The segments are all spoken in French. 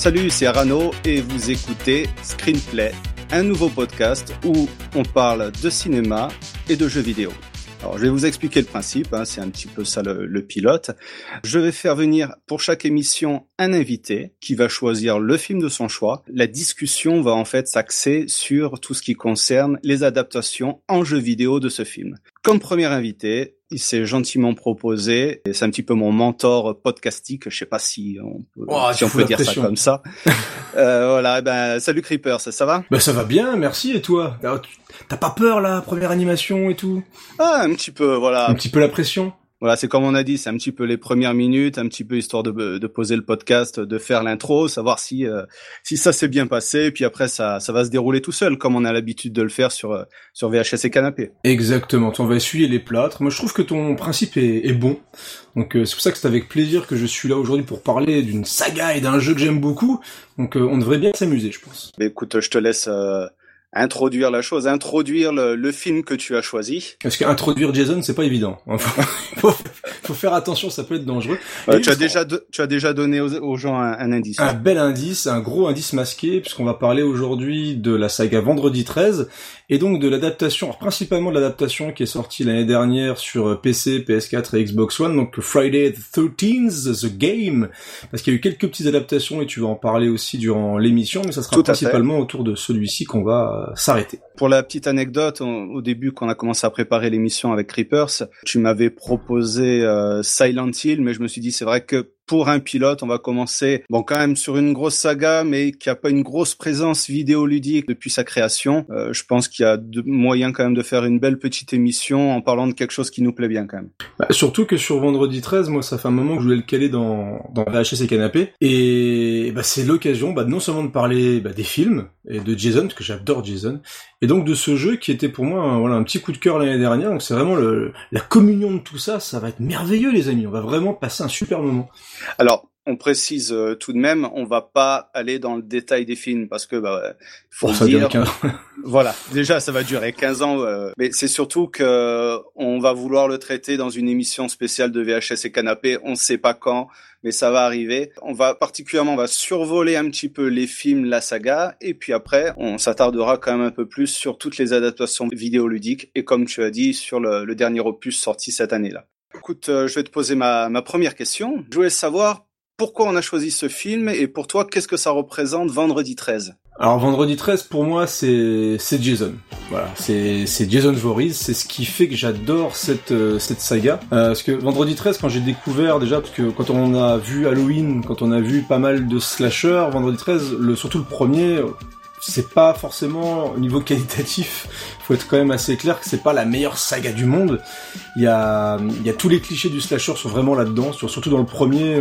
Salut, c'est Arano et vous écoutez Screenplay, un nouveau podcast où on parle de cinéma et de jeux vidéo. Alors, je vais vous expliquer le principe, c'est un petit peu ça le pilote. Je vais faire venir pour chaque émission un invité qui va choisir le film de son choix. La discussion va en fait s'axer sur tout ce qui concerne les adaptations en jeux vidéo de ce film. Comme premier invité, il s'est gentiment proposé, et c'est un petit peu mon mentor podcastique, je sais pas si on peut dire ça comme ça. Voilà, salut Creeper, ça va? Ça va bien, merci, et toi? T'as pas peur, là, première animation et tout? Un petit peu, voilà. Un petit peu la pression? Voilà, c'est comme on a dit, c'est un petit peu les premières minutes, un petit peu histoire de poser le podcast, de faire l'intro, savoir si ça s'est bien passé, puis après ça va se dérouler tout seul, comme on a l'habitude de le faire sur VHS et Canapé. Exactement, on va essuyer les plâtres. Moi je trouve que ton principe est bon, donc c'est pour ça que c'est avec plaisir que je suis là aujourd'hui pour parler d'une saga et d'un jeu que j'aime beaucoup, donc on devrait bien s'amuser, je pense. Écoute, je te laisse introduire la chose, introduire le film que tu as choisi. Parce qu'introduire Jason, c'est pas évident. Faut faire attention, ça peut être dangereux. Tu as déjà donné aux gens un indice. Un bel indice, un gros indice masqué, puisqu'on va parler aujourd'hui de la saga Vendredi 13, et donc de l'adaptation, alors principalement de l'adaptation qui est sortie l'année dernière sur PC, PS4 et Xbox One, donc Friday the 13th, The Game, parce qu'il y a eu quelques petites adaptations, et tu vas en parler aussi durant l'émission, mais ça sera principalement autour de celui-ci qu'on va s'arrêter. Pour la petite anecdote, au début, quand on a commencé à préparer l'émission avec Creepers, tu m'avais proposé Silent Hill, mais je me suis dit, c'est vrai que pour un pilote, on va commencer, quand même sur une grosse saga, mais qui a pas une grosse présence vidéoludique depuis sa création. Je pense qu'il y a moyen quand même de faire une belle petite émission en parlant de quelque chose qui nous plaît bien quand même. Surtout que sur Vendredi 13, moi, ça fait un moment que je voulais le caler dans VHS et Canapé, et c'est l'occasion, non seulement de parler des films et de Jason, parce que j'adore Jason, et donc de ce jeu qui était pour moi un petit coup de cœur l'année dernière. Donc c'est vraiment la communion de tout ça, ça va être merveilleux les amis, on va vraiment passer un super moment. Alors, on précise tout de même, on va pas aller dans le détail des films parce que faut ça dire, 15... voilà, déjà ça va durer 15 ans, mais c'est surtout que on va vouloir le traiter dans une émission spéciale de VHS et Canapé, on sait pas quand, mais ça va arriver. On va survoler un petit peu les films, la saga, et puis après, on s'attardera quand même un peu plus sur toutes les adaptations vidéoludiques et comme tu as dit, sur le dernier opus sorti cette année-là. Écoute, je vais te poser ma première question. Je voulais savoir pourquoi on a choisi ce film et pour toi, qu'est-ce que ça représente Vendredi 13 ? Alors Vendredi 13 pour moi c'est Jason. Voilà, c'est Jason Voorhees, c'est ce qui fait que j'adore cette saga. Parce que Vendredi 13 quand j'ai découvert déjà, parce que quand on a vu Halloween, quand on a vu pas mal de slashers, Vendredi 13, surtout le premier, c'est pas forcément au niveau qualitatif, faut être quand même assez clair que c'est pas la meilleure saga du monde. Il y a tous les clichés du slasher sont vraiment là-dedans, surtout dans le premier.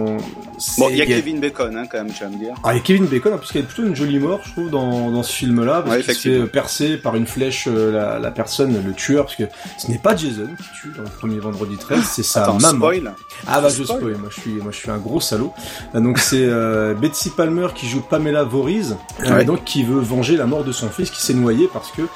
Il y a Kevin Bacon quand même, tu vas me dire. Ah, il y a Kevin Bacon, en plus qu'il y a plutôt une jolie mort, je trouve, dans ce film-là, parce qu'il se fait percer par une flèche la personne, le tueur, parce que ce n'est pas Jason qui tue dans le premier Vendredi 13, c'est sa maman. Spoil. Je spoil. Moi je suis un gros salaud. Donc c'est Betsy Palmer qui joue Pamela Voorhees, donc qui veut venger la mort de son fils qui s'est noyé parce que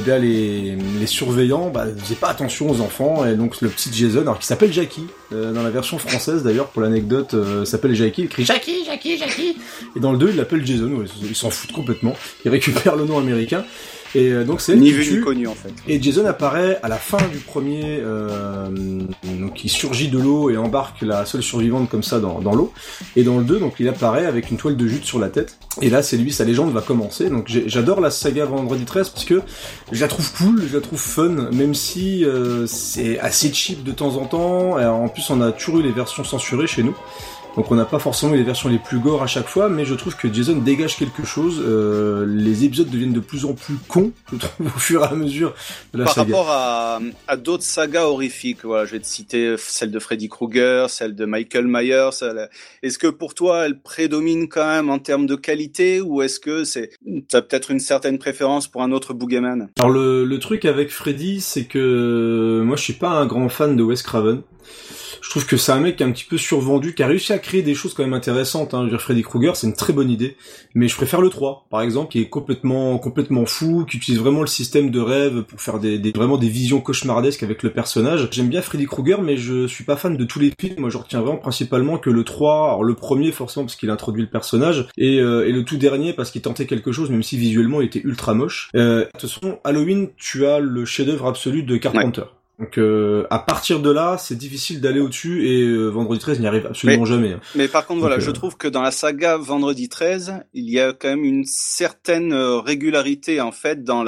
les surveillants faisaient pas attention aux enfants, et donc le petit Jason, alors qui s'appelle Jackie dans la version française d'ailleurs, pour l'anecdote, s'appelle Jackie, il crie Jackie, et dans le 2 il l'appelle Jason, ils s'en foutent complètement, il récupère le nom américain. Et donc c'est ni vu ni connu en fait. Et Jason apparaît à la fin du premier, donc il surgit de l'eau et embarque la seule survivante comme ça dans l'eau. Et dans le 2, donc il apparaît avec une toile de jute sur la tête. Et là c'est lui, sa légende va commencer. Donc j'adore la saga Vendredi 13 parce que je la trouve cool, je la trouve fun, même si c'est assez cheap de temps en temps. Et en plus on a toujours eu les versions censurées chez nous. Donc on n'a pas forcément eu les versions les plus gore à chaque fois, mais je trouve que Jason dégage quelque chose. Les épisodes deviennent de plus en plus cons, je trouve, au fur et à mesure de la saga. Par rapport à d'autres sagas horrifiques, voilà, je vais te citer celle de Freddy Krueger, celle de Michael Myers. Est-ce que pour toi, elle prédomine quand même en termes de qualité, ou est-ce que t'as peut-être une certaine préférence pour un autre boogeyman ? Alors le truc avec Freddy, c'est que moi je suis pas un grand fan de Wes Craven. Je trouve que c'est un mec qui est un petit peu survendu, qui a réussi à créer des choses quand même intéressantes, hein. Je veux dire, Freddy Krueger, c'est une très bonne idée, mais je préfère le 3, par exemple, qui est complètement fou, qui utilise vraiment le système de rêve pour faire vraiment des visions cauchemardesques avec le personnage. J'aime bien Freddy Krueger, mais je suis pas fan de tous les films. Moi, je retiens vraiment principalement que le 3, alors le premier forcément parce qu'il a introduit le personnage, et le tout dernier parce qu'il tentait quelque chose, même si visuellement il était ultra moche. De toute façon, Halloween, tu as le chef-d'œuvre absolu de Carpenter. Donc à partir de là, c'est difficile d'aller au-dessus, et Vendredi 13 n'y arrive absolument jamais. Mais par contre, voilà, je trouve que dans la saga Vendredi 13, il y a quand même une certaine régularité en fait dans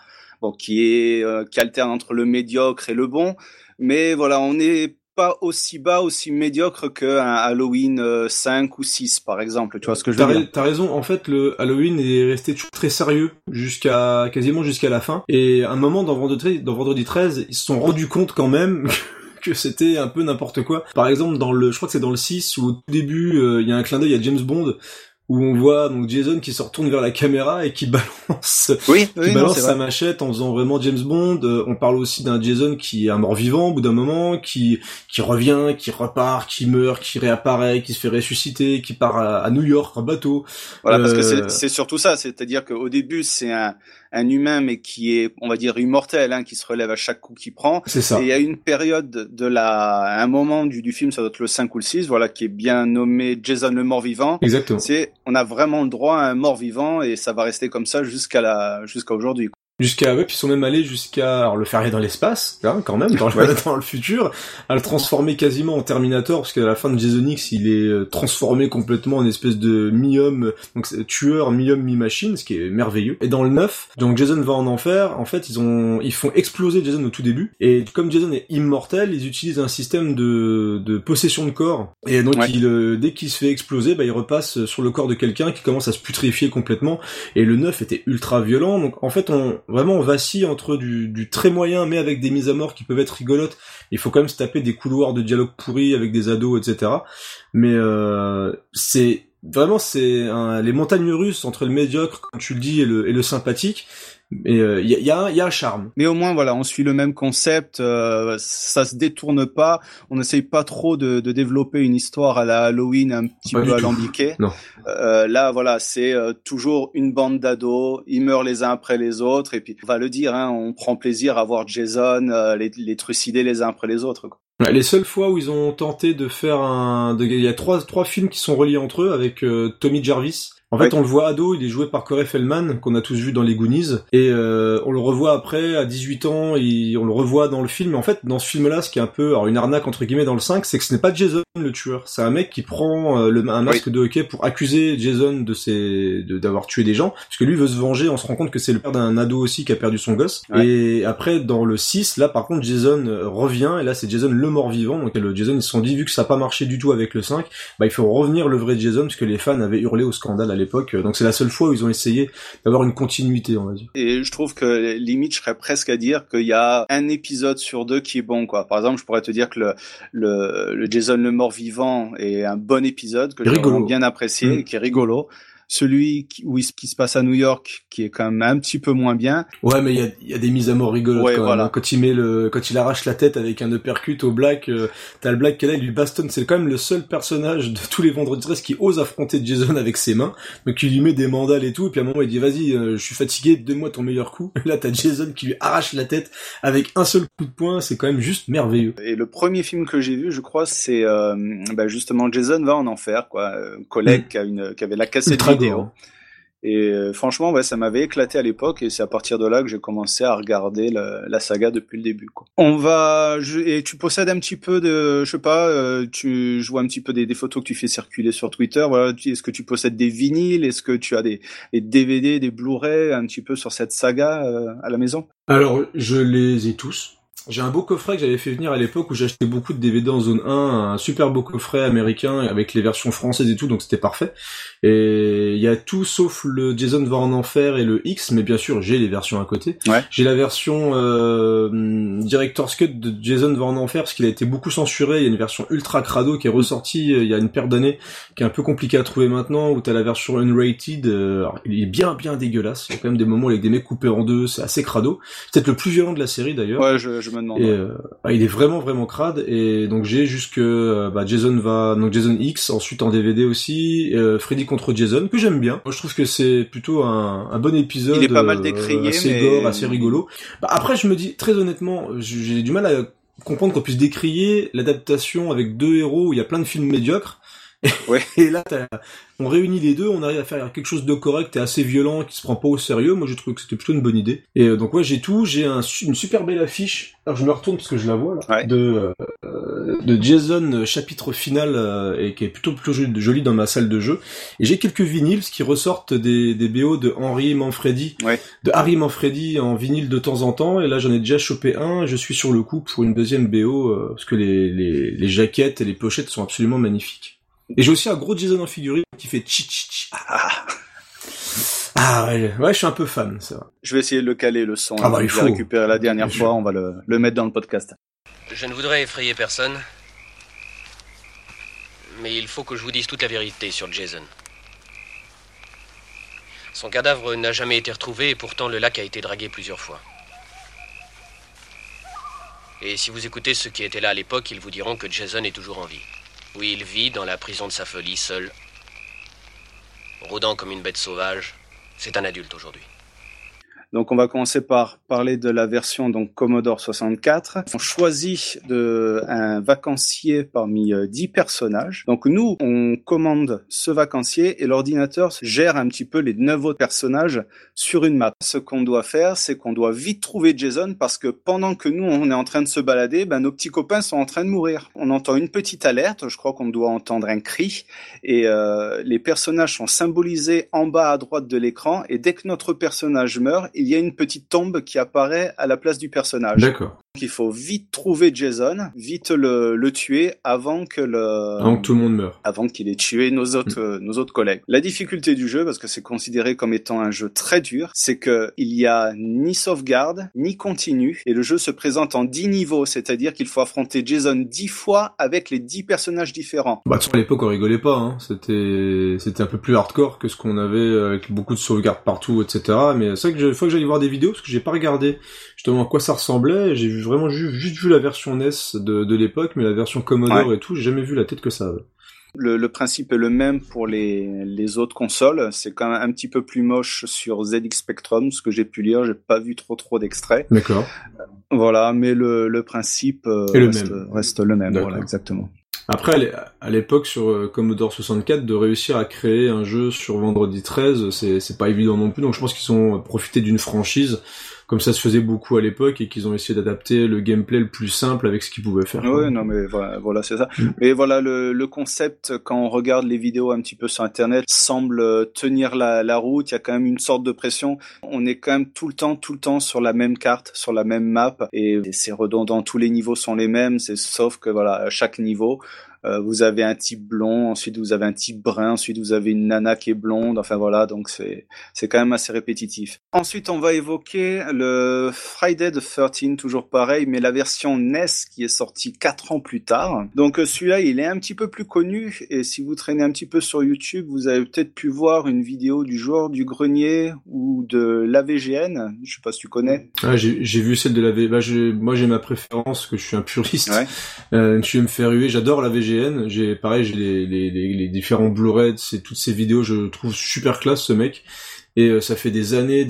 qui alterne entre le médiocre et le bon. Mais voilà, on n'est pas aussi bas, aussi médiocre qu'un Halloween 5 ou 6 par exemple, tu vois ce que je veux dire. T'as raison, en fait le Halloween est resté toujours très sérieux quasiment jusqu'à la fin, et à un moment dans Vendredi 13, ils se sont rendus compte quand même que c'était un peu n'importe quoi. Par exemple je crois que c'est dans le 6 où au tout début il y a un clin d'œil à James Bond, où on voit donc Jason qui se retourne vers la caméra et qui balance sa machette en faisant vraiment James Bond. On parle aussi d'un Jason qui est un mort-vivant au bout d'un moment, qui revient, qui repart, qui meurt, qui réapparaît, qui se fait ressusciter, qui part à New York en bateau. Voilà, parce que c'est surtout ça, c'est-à-dire qu'au début c'est un humain mais qui est, on va dire, immortel, hein, qui se relève à chaque coup qu'il prend. C'est ça. Et il y a une période un moment du film, ça doit être le 5 ou le 6, voilà, qui est bien nommé Jason le mort-vivant. Exactement. On a vraiment le droit à un mort-vivant, et ça va rester comme ça jusqu'à aujourd'hui, quoi. Puis ils sont même allés jusqu'à le faire aller dans l'espace, hein, quand même, dans le futur, à le transformer quasiment en Terminator, parce qu'à la fin de Jason X, il est transformé complètement en espèce de mi-homme, donc tueur, mi-homme, mi-machine, ce qui est merveilleux. Et dans le 9, donc Jason va en enfer, en fait, ils font exploser Jason au tout début, et comme Jason est immortel, ils utilisent un système de possession de corps, et donc dès qu'il se fait exploser, il repasse sur le corps de quelqu'un qui commence à se putréfier complètement, et le 9 était ultra violent, donc en fait, on vacille entre du très moyen mais avec des mises à mort qui peuvent être rigolotes. Il faut quand même se taper des couloirs de dialogue pourris avec des ados, etc. Mais c'est les montagnes russes entre le médiocre, comme tu le dis, et le sympathique. Mais il y a un charme. Mais au moins voilà, on suit le même concept, ça se détourne pas, on n'essaye pas trop de développer une histoire à la Halloween un petit peu alambiquée. Non. Là voilà, c'est toujours une bande d'ados, ils meurent les uns après les autres, et puis on va le dire, hein, on prend plaisir à voir Jason les trucider les uns après les autres, quoi. Les seules fois où ils ont tenté de faire il y a trois films qui sont reliés entre eux avec Tommy Jarvis. En fait, on le voit ado, il est joué par Corey Feldman, qu'on a tous vu dans les Goonies, et on le revoit après, à 18 ans, on le revoit dans le film. Mais en fait, dans ce film-là, ce qui est un peu une arnaque entre guillemets dans le 5, c'est que ce n'est pas Jason le tueur. C'est un mec qui prend un masque de hockey pour accuser Jason d'avoir tué des gens, parce que lui veut se venger. On se rend compte que c'est le père d'un ado aussi qui a perdu son gosse. Ouais. Et après, dans le 6, là par contre, Jason revient, et là c'est Jason le mort-vivant. Donc le Jason, ils se sont dit, vu que ça n'a pas marché du tout avec le 5, il faut revenir le vrai Jason, parce que les fans avaient hurlé au scandale à l'époque. Donc c'est la seule fois où ils ont essayé d'avoir une continuité, on va dire. Et je trouve que limite, je serais presque à dire qu'il y a un épisode sur 2 qui est bon, quoi. Par exemple, je pourrais te dire que le Jason le mort-vivant est un bon épisode que j'ai vraiment bien apprécié, qui est rigolo. Celui qui se passe à New York, qui est quand même un petit peu moins bien. Ouais, mais il y a des mises à mort rigolotes quand même. Quand il arrache la tête avec un uppercut au Black, t'as le Black qui est là, il lui bastonne. C'est quand même le seul personnage de tous les Vendredis 13 qui ose affronter Jason avec ses mains. Donc il lui met des mandales et tout, et puis à un moment il dit vas-y, je suis fatigué, donne-moi ton meilleur coup. Là t'as Jason qui lui arrache la tête avec un seul coup de poing. C'est quand même juste merveilleux. Et le premier film que j'ai vu, je crois, c'est justement Jason va en enfer, quoi. Un collègue qui avait la cassette vidéo. Et franchement, ça m'avait éclaté à l'époque, et c'est à partir de là que j'ai commencé à regarder la saga depuis le début, quoi. Et tu possèdes un petit peu de, je sais pas, je vois un petit peu des photos que tu fais circuler sur Twitter. Voilà, est-ce que tu possèdes des vinyles? Est-ce que tu as des DVD, des Blu-ray, un petit peu sur cette saga à la maison? Alors, je les ai tous. J'ai un beau coffret que j'avais fait venir à l'époque où j'achetais beaucoup de DVD en zone 1, un super beau coffret américain avec les versions françaises et tout, donc c'était parfait. Et il y a tout sauf le Jason va en enfer et le X, mais bien sûr j'ai les versions à côté. Ouais. J'ai la version Director's Cut de Jason va en enfer parce qu'il a été beaucoup censuré. Il y a une version ultra crado qui est ressortie il y a une paire d'années, qui est un peu compliquée à trouver maintenant, où t'as la version unrated. Alors, il est bien dégueulasse. Il y a quand même des moments avec des mecs coupés en deux, c'est assez crado. C'est peut-être le plus violent de la série d'ailleurs. Ouais, je je me demande. Et il est vraiment vraiment crade. Et donc j'ai jusque Jason X, ensuite en DVD aussi, Freddy contre Jason, que j'aime bien. Moi je trouve que c'est plutôt un bon épisode. Il est pas mal décrié, assez gore, assez rigolo. Après je me dis très honnêtement, j'ai du mal à comprendre qu'on puisse décrier l'adaptation avec deux héros où il y a plein de films médiocres. Ouais. Et là, on réunit les deux, on arrive à faire quelque chose de correct et assez violent qui se prend pas au sérieux. Moi, j'ai trouvé que c'était plutôt une bonne idée. Et donc ouais, j'ai une super belle affiche. Alors je me retourne parce que je la vois là, ouais. de Jason chapitre final et qui est plutôt joli dans ma salle de jeu. Et j'ai quelques vinyles qui ressortent des BO de Harry Manfredi en vinyle de temps en temps. Et là, j'en ai déjà chopé un. Je suis sur le coup pour une deuxième BO parce que les jaquettes et les pochettes sont absolument magnifiques. Et j'ai aussi un gros Jason en figurine qui fait tchi. Ah ouais, je suis un peu fan, c'est vrai. Je vais essayer de le caler, le son. Il faut. Je l'ai récupéré la dernière fois, on va le mettre dans le podcast. Je ne voudrais effrayer personne, mais il faut que je vous dise toute la vérité sur Jason. Son cadavre n'a jamais été retrouvé et pourtant le lac a été dragué plusieurs fois. Et si vous écoutez ceux qui étaient là à l'époque, ils vous diront que Jason est toujours en vie. Oui, il vit dans la prison de sa folie, seul, rôdant comme une bête sauvage. C'est un adulte aujourd'hui. Donc on va commencer par parler de la version donc Commodore 64. On choisit un vacancier parmi 10 personnages. Donc nous, on commande ce vacancier et l'ordinateur gère un petit peu les 9 autres personnages sur une map. Ce qu'on doit faire, c'est qu'on doit vite trouver Jason parce que pendant que nous, on est en train de se balader, nos petits copains sont en train de mourir. On entend une petite alerte, je crois qu'on doit entendre un cri et les personnages sont symbolisés en bas à droite de l'écran et dès que notre personnage meurt, il y a une petite tombe qui apparaît à la place du personnage. D'accord. Donc il faut vite trouver Jason, vite le tuer avant que tout le monde meure. Avant qu'il ait tué nos autres collègues. La difficulté du jeu, parce que c'est considéré comme étant un jeu très dur, c'est que il y a ni sauvegarde, ni continu, et le jeu se présente en 10 niveaux, c'est-à-dire qu'il faut affronter Jason 10 fois avec les 10 personnages différents. À l'époque, on rigolait pas, hein. C'était un peu plus hardcore que ce qu'on avait avec beaucoup de sauvegardes partout, etc. Mais c'est vrai que faut que j'aille voir des vidéos, parce que j'ai pas regardé justement à quoi ça ressemblait. J'ai vraiment juste vu la version NES de l'époque, mais la version Commodore et tout, j'ai jamais vu la tête que ça avait. Le principe est le même pour les autres consoles. C'est quand même un petit peu plus moche sur ZX Spectrum, ce que j'ai pu lire. J'ai pas vu trop d'extraits. D'accord. Voilà, mais le principe reste le même. Voilà, exactement. Après, à l'époque, sur Commodore 64, de réussir à créer un jeu sur Vendredi 13, c'est pas évident non plus. Donc je pense qu'ils ont profité d'une franchise, comme ça se faisait beaucoup à l'époque, et qu'ils ont essayé d'adapter le gameplay le plus simple avec ce qu'ils pouvaient faire. Oui, non, mais voilà, c'est ça. Mais voilà, le concept, quand on regarde les vidéos un petit peu sur Internet, semble tenir la route. Il y a quand même une sorte de pression. On est quand même tout le temps sur la même carte, sur la même map, et c'est redondant. Tous les niveaux sont les mêmes, sauf que voilà, à chaque niveau, vous avez un type blond, ensuite vous avez un type brun, ensuite vous avez une nana qui est blonde, enfin voilà, donc c'est quand même assez répétitif. Ensuite, on va évoquer le Friday the 13, toujours pareil, mais la version NES qui est sortie 4 ans plus tard. Donc celui-là, il est un petit peu plus connu, et si vous traînez un petit peu sur YouTube, vous avez peut-être pu voir une vidéo du joueur du grenier ou de l'AVGN, je sais pas si tu connais. Ah, j'ai vu celle de l'AVGN. Moi j'ai ma préférence, que je suis un puriste. Ouais. Je vais me faire huer, j'adore l'AVGN. J'ai les différents Blu-ray, toutes ces vidéos, je trouve super classe ce mec. Et ça fait des années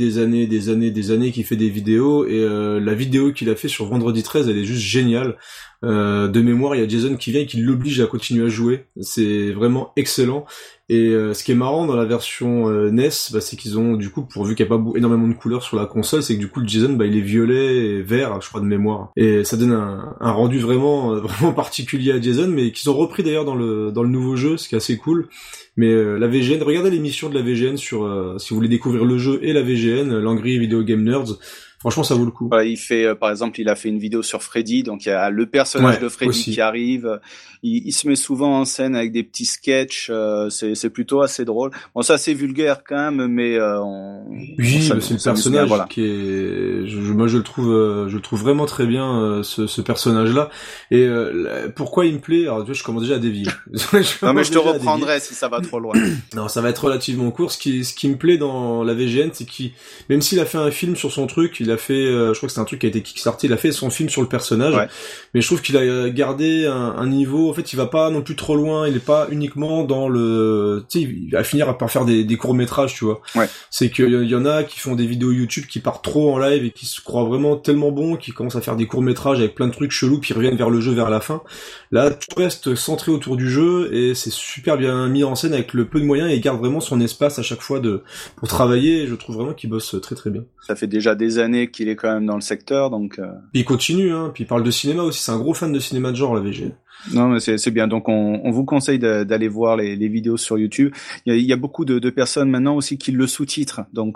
qu'il fait des vidéos, et la vidéo qu'il a fait sur Vendredi 13, elle est juste géniale. De mémoire, il y a Jason qui vient et qui l'oblige à continuer à jouer. C'est vraiment excellent. Et ce qui est marrant dans la version NES, c'est qu'ils ont, du coup, pourvu qu'il n'y a pas énormément de couleurs sur la console, c'est que du coup le Jason, il est violet et vert, je crois, de mémoire. Et ça donne un rendu vraiment particulier à Jason, mais qu'ils ont repris d'ailleurs dans le nouveau jeu, ce qui est assez cool. Mais la VGN, regardez l'émission de la VGN sur si vous voulez découvrir le jeu et la VGN, l'Angry Video Game Nerds. Franchement, ça vaut le coup. Il fait, par exemple, il a fait une vidéo sur Freddy, donc il y a le personnage de Freddy aussi qui arrive. Il se met souvent en scène avec des petits sketchs. C'est plutôt assez drôle. Bon, ça c'est vulgaire quand même, mais c'est le personnage bien, voilà. Qui est. Moi, je le trouve vraiment très bien ce personnage-là. Et pourquoi il me plaît? Alors, tu vois, je commence déjà à dévier. Non, mais je te reprendrai si ça va trop loin. Non, ça va être relativement court. Ce qui me plaît dans la VGN, c'est qu'il, même s'il a fait un film sur son truc, il il a fait, je crois que c'est un truc qui a été kickstarté, il a fait son film sur le personnage, mais je trouve qu'il a gardé un niveau, en fait il va pas non plus trop loin, il est pas uniquement dans le, tu sais, il va finir par faire des courts-métrages, tu vois. C'est qu'il y en a qui font des vidéos YouTube qui partent trop en live et qui se croient vraiment tellement bons, qui commencent à faire des courts-métrages avec plein de trucs chelous, puis ils reviennent vers le jeu vers la fin. Là, tout reste centré autour du jeu, et c'est super bien mis en scène avec le peu de moyens, et il garde vraiment son espace à chaque fois pour travailler, et je trouve vraiment qu'il bosse très très bien. Ça fait déjà des années qu'il est quand même dans le secteur, donc... Puis il continue, hein, puis il parle de cinéma aussi, c'est un gros fan de cinéma de genre, la VG. Non, mais c'est bien. Donc, on vous conseille d'aller voir les vidéos sur YouTube. Il y a beaucoup de personnes maintenant aussi qui le sous-titrent. Donc,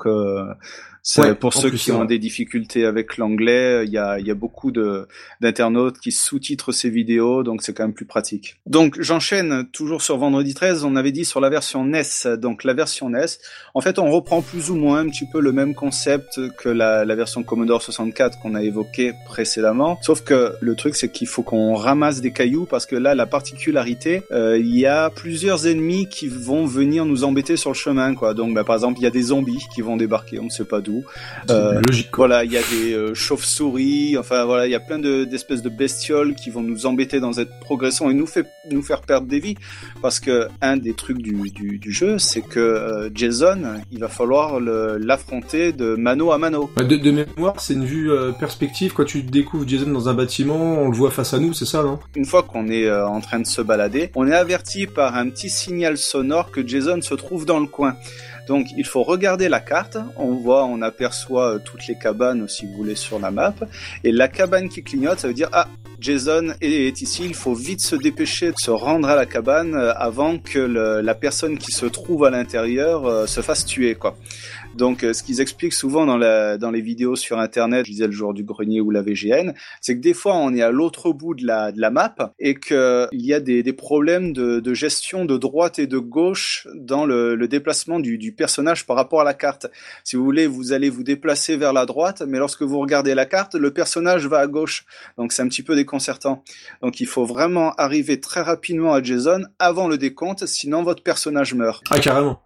pour ceux qui ont des difficultés avec l'anglais, il y a beaucoup d'internautes qui sous-titrent ces vidéos. Donc, c'est quand même plus pratique. Donc, j'enchaîne toujours sur Vendredi 13. On avait dit sur la version NES. Donc, la version NES, en fait, on reprend plus ou moins un petit peu le même concept que la version Commodore 64 qu'on a évoqué précédemment. Sauf que le truc, c'est qu'il faut qu'on ramasse des cailloux, parce que là, la particularité, il y a plusieurs ennemis qui vont venir nous embêter sur le chemin, quoi. Donc, par exemple, il y a des zombies qui vont débarquer, on ne sait pas d'où. Logique. Voilà, il y a des chauves-souris. Enfin, voilà, il y a plein d'espèces de bestioles qui vont nous embêter dans cette progression et nous faire perdre des vies. Parce que un des trucs du jeu, c'est que Jason, il va falloir l'affronter de mano à mano. De mémoire, c'est une vue perspective. Quand tu découvres Jason dans un bâtiment, on le voit face à nous, c'est ça, non? Une fois qu'on est en train de se balader, on est averti par un petit signal sonore que Jason se trouve dans le coin. Donc il faut regarder la carte, on aperçoit toutes les cabanes, si vous voulez, sur la map, et la cabane qui clignote, ça veut dire Jason est ici, il faut vite se dépêcher de se rendre à la cabane avant que la personne qui se trouve à l'intérieur se fasse tuer, quoi. Donc, ce qu'ils expliquent souvent dans les vidéos sur Internet, je disais le jour du grenier ou la VGN, c'est que des fois, on est à l'autre bout de la map et qu'il y a des problèmes de gestion de droite et de gauche dans le déplacement du personnage par rapport à la carte. Si vous voulez, vous allez vous déplacer vers la droite, mais lorsque vous regardez la carte, le personnage va à gauche. Donc, c'est un petit peu déconcertant. Donc, il faut vraiment arriver très rapidement à Jason avant le décompte, sinon votre personnage meurt. Ah, carrément.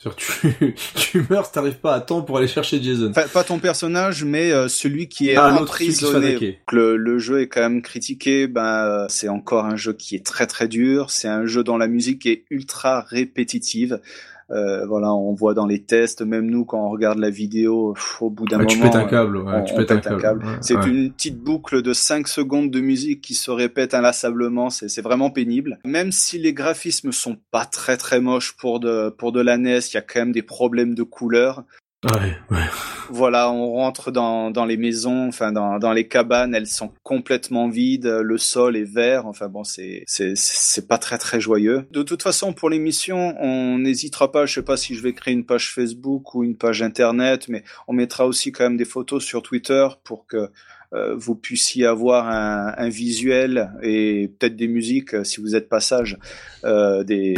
Tu meurs si t'arrives pas à temps pour aller chercher Jason. Enfin, pas ton personnage, mais celui qui est emprisonné. Le jeu est quand même critiqué. C'est encore un jeu qui est très très dur. C'est un jeu dont la musique est ultra répétitive. Voilà, on voit dans les tests, même nous quand on regarde la vidéo, au bout d'un moment, tu pètes un câble. Tu pètes un câble. C'est une petite boucle de 5 secondes de musique qui se répète inlassablement. C'est vraiment pénible. Même si les graphismes sont pas très très moches pour de la NES, il y a quand même des problèmes de couleurs. Ouais. Voilà, on rentre dans les maisons, enfin dans les cabanes, elles sont complètement vides, le sol est vert, enfin bon, c'est pas très très joyeux. De toute façon, pour l'émission, on n'hésitera pas, je sais pas si je vais créer une page Facebook ou une page internet, mais on mettra aussi quand même des photos sur Twitter pour que vous puissiez avoir un visuel et peut-être des musiques si vous êtes pas sage, des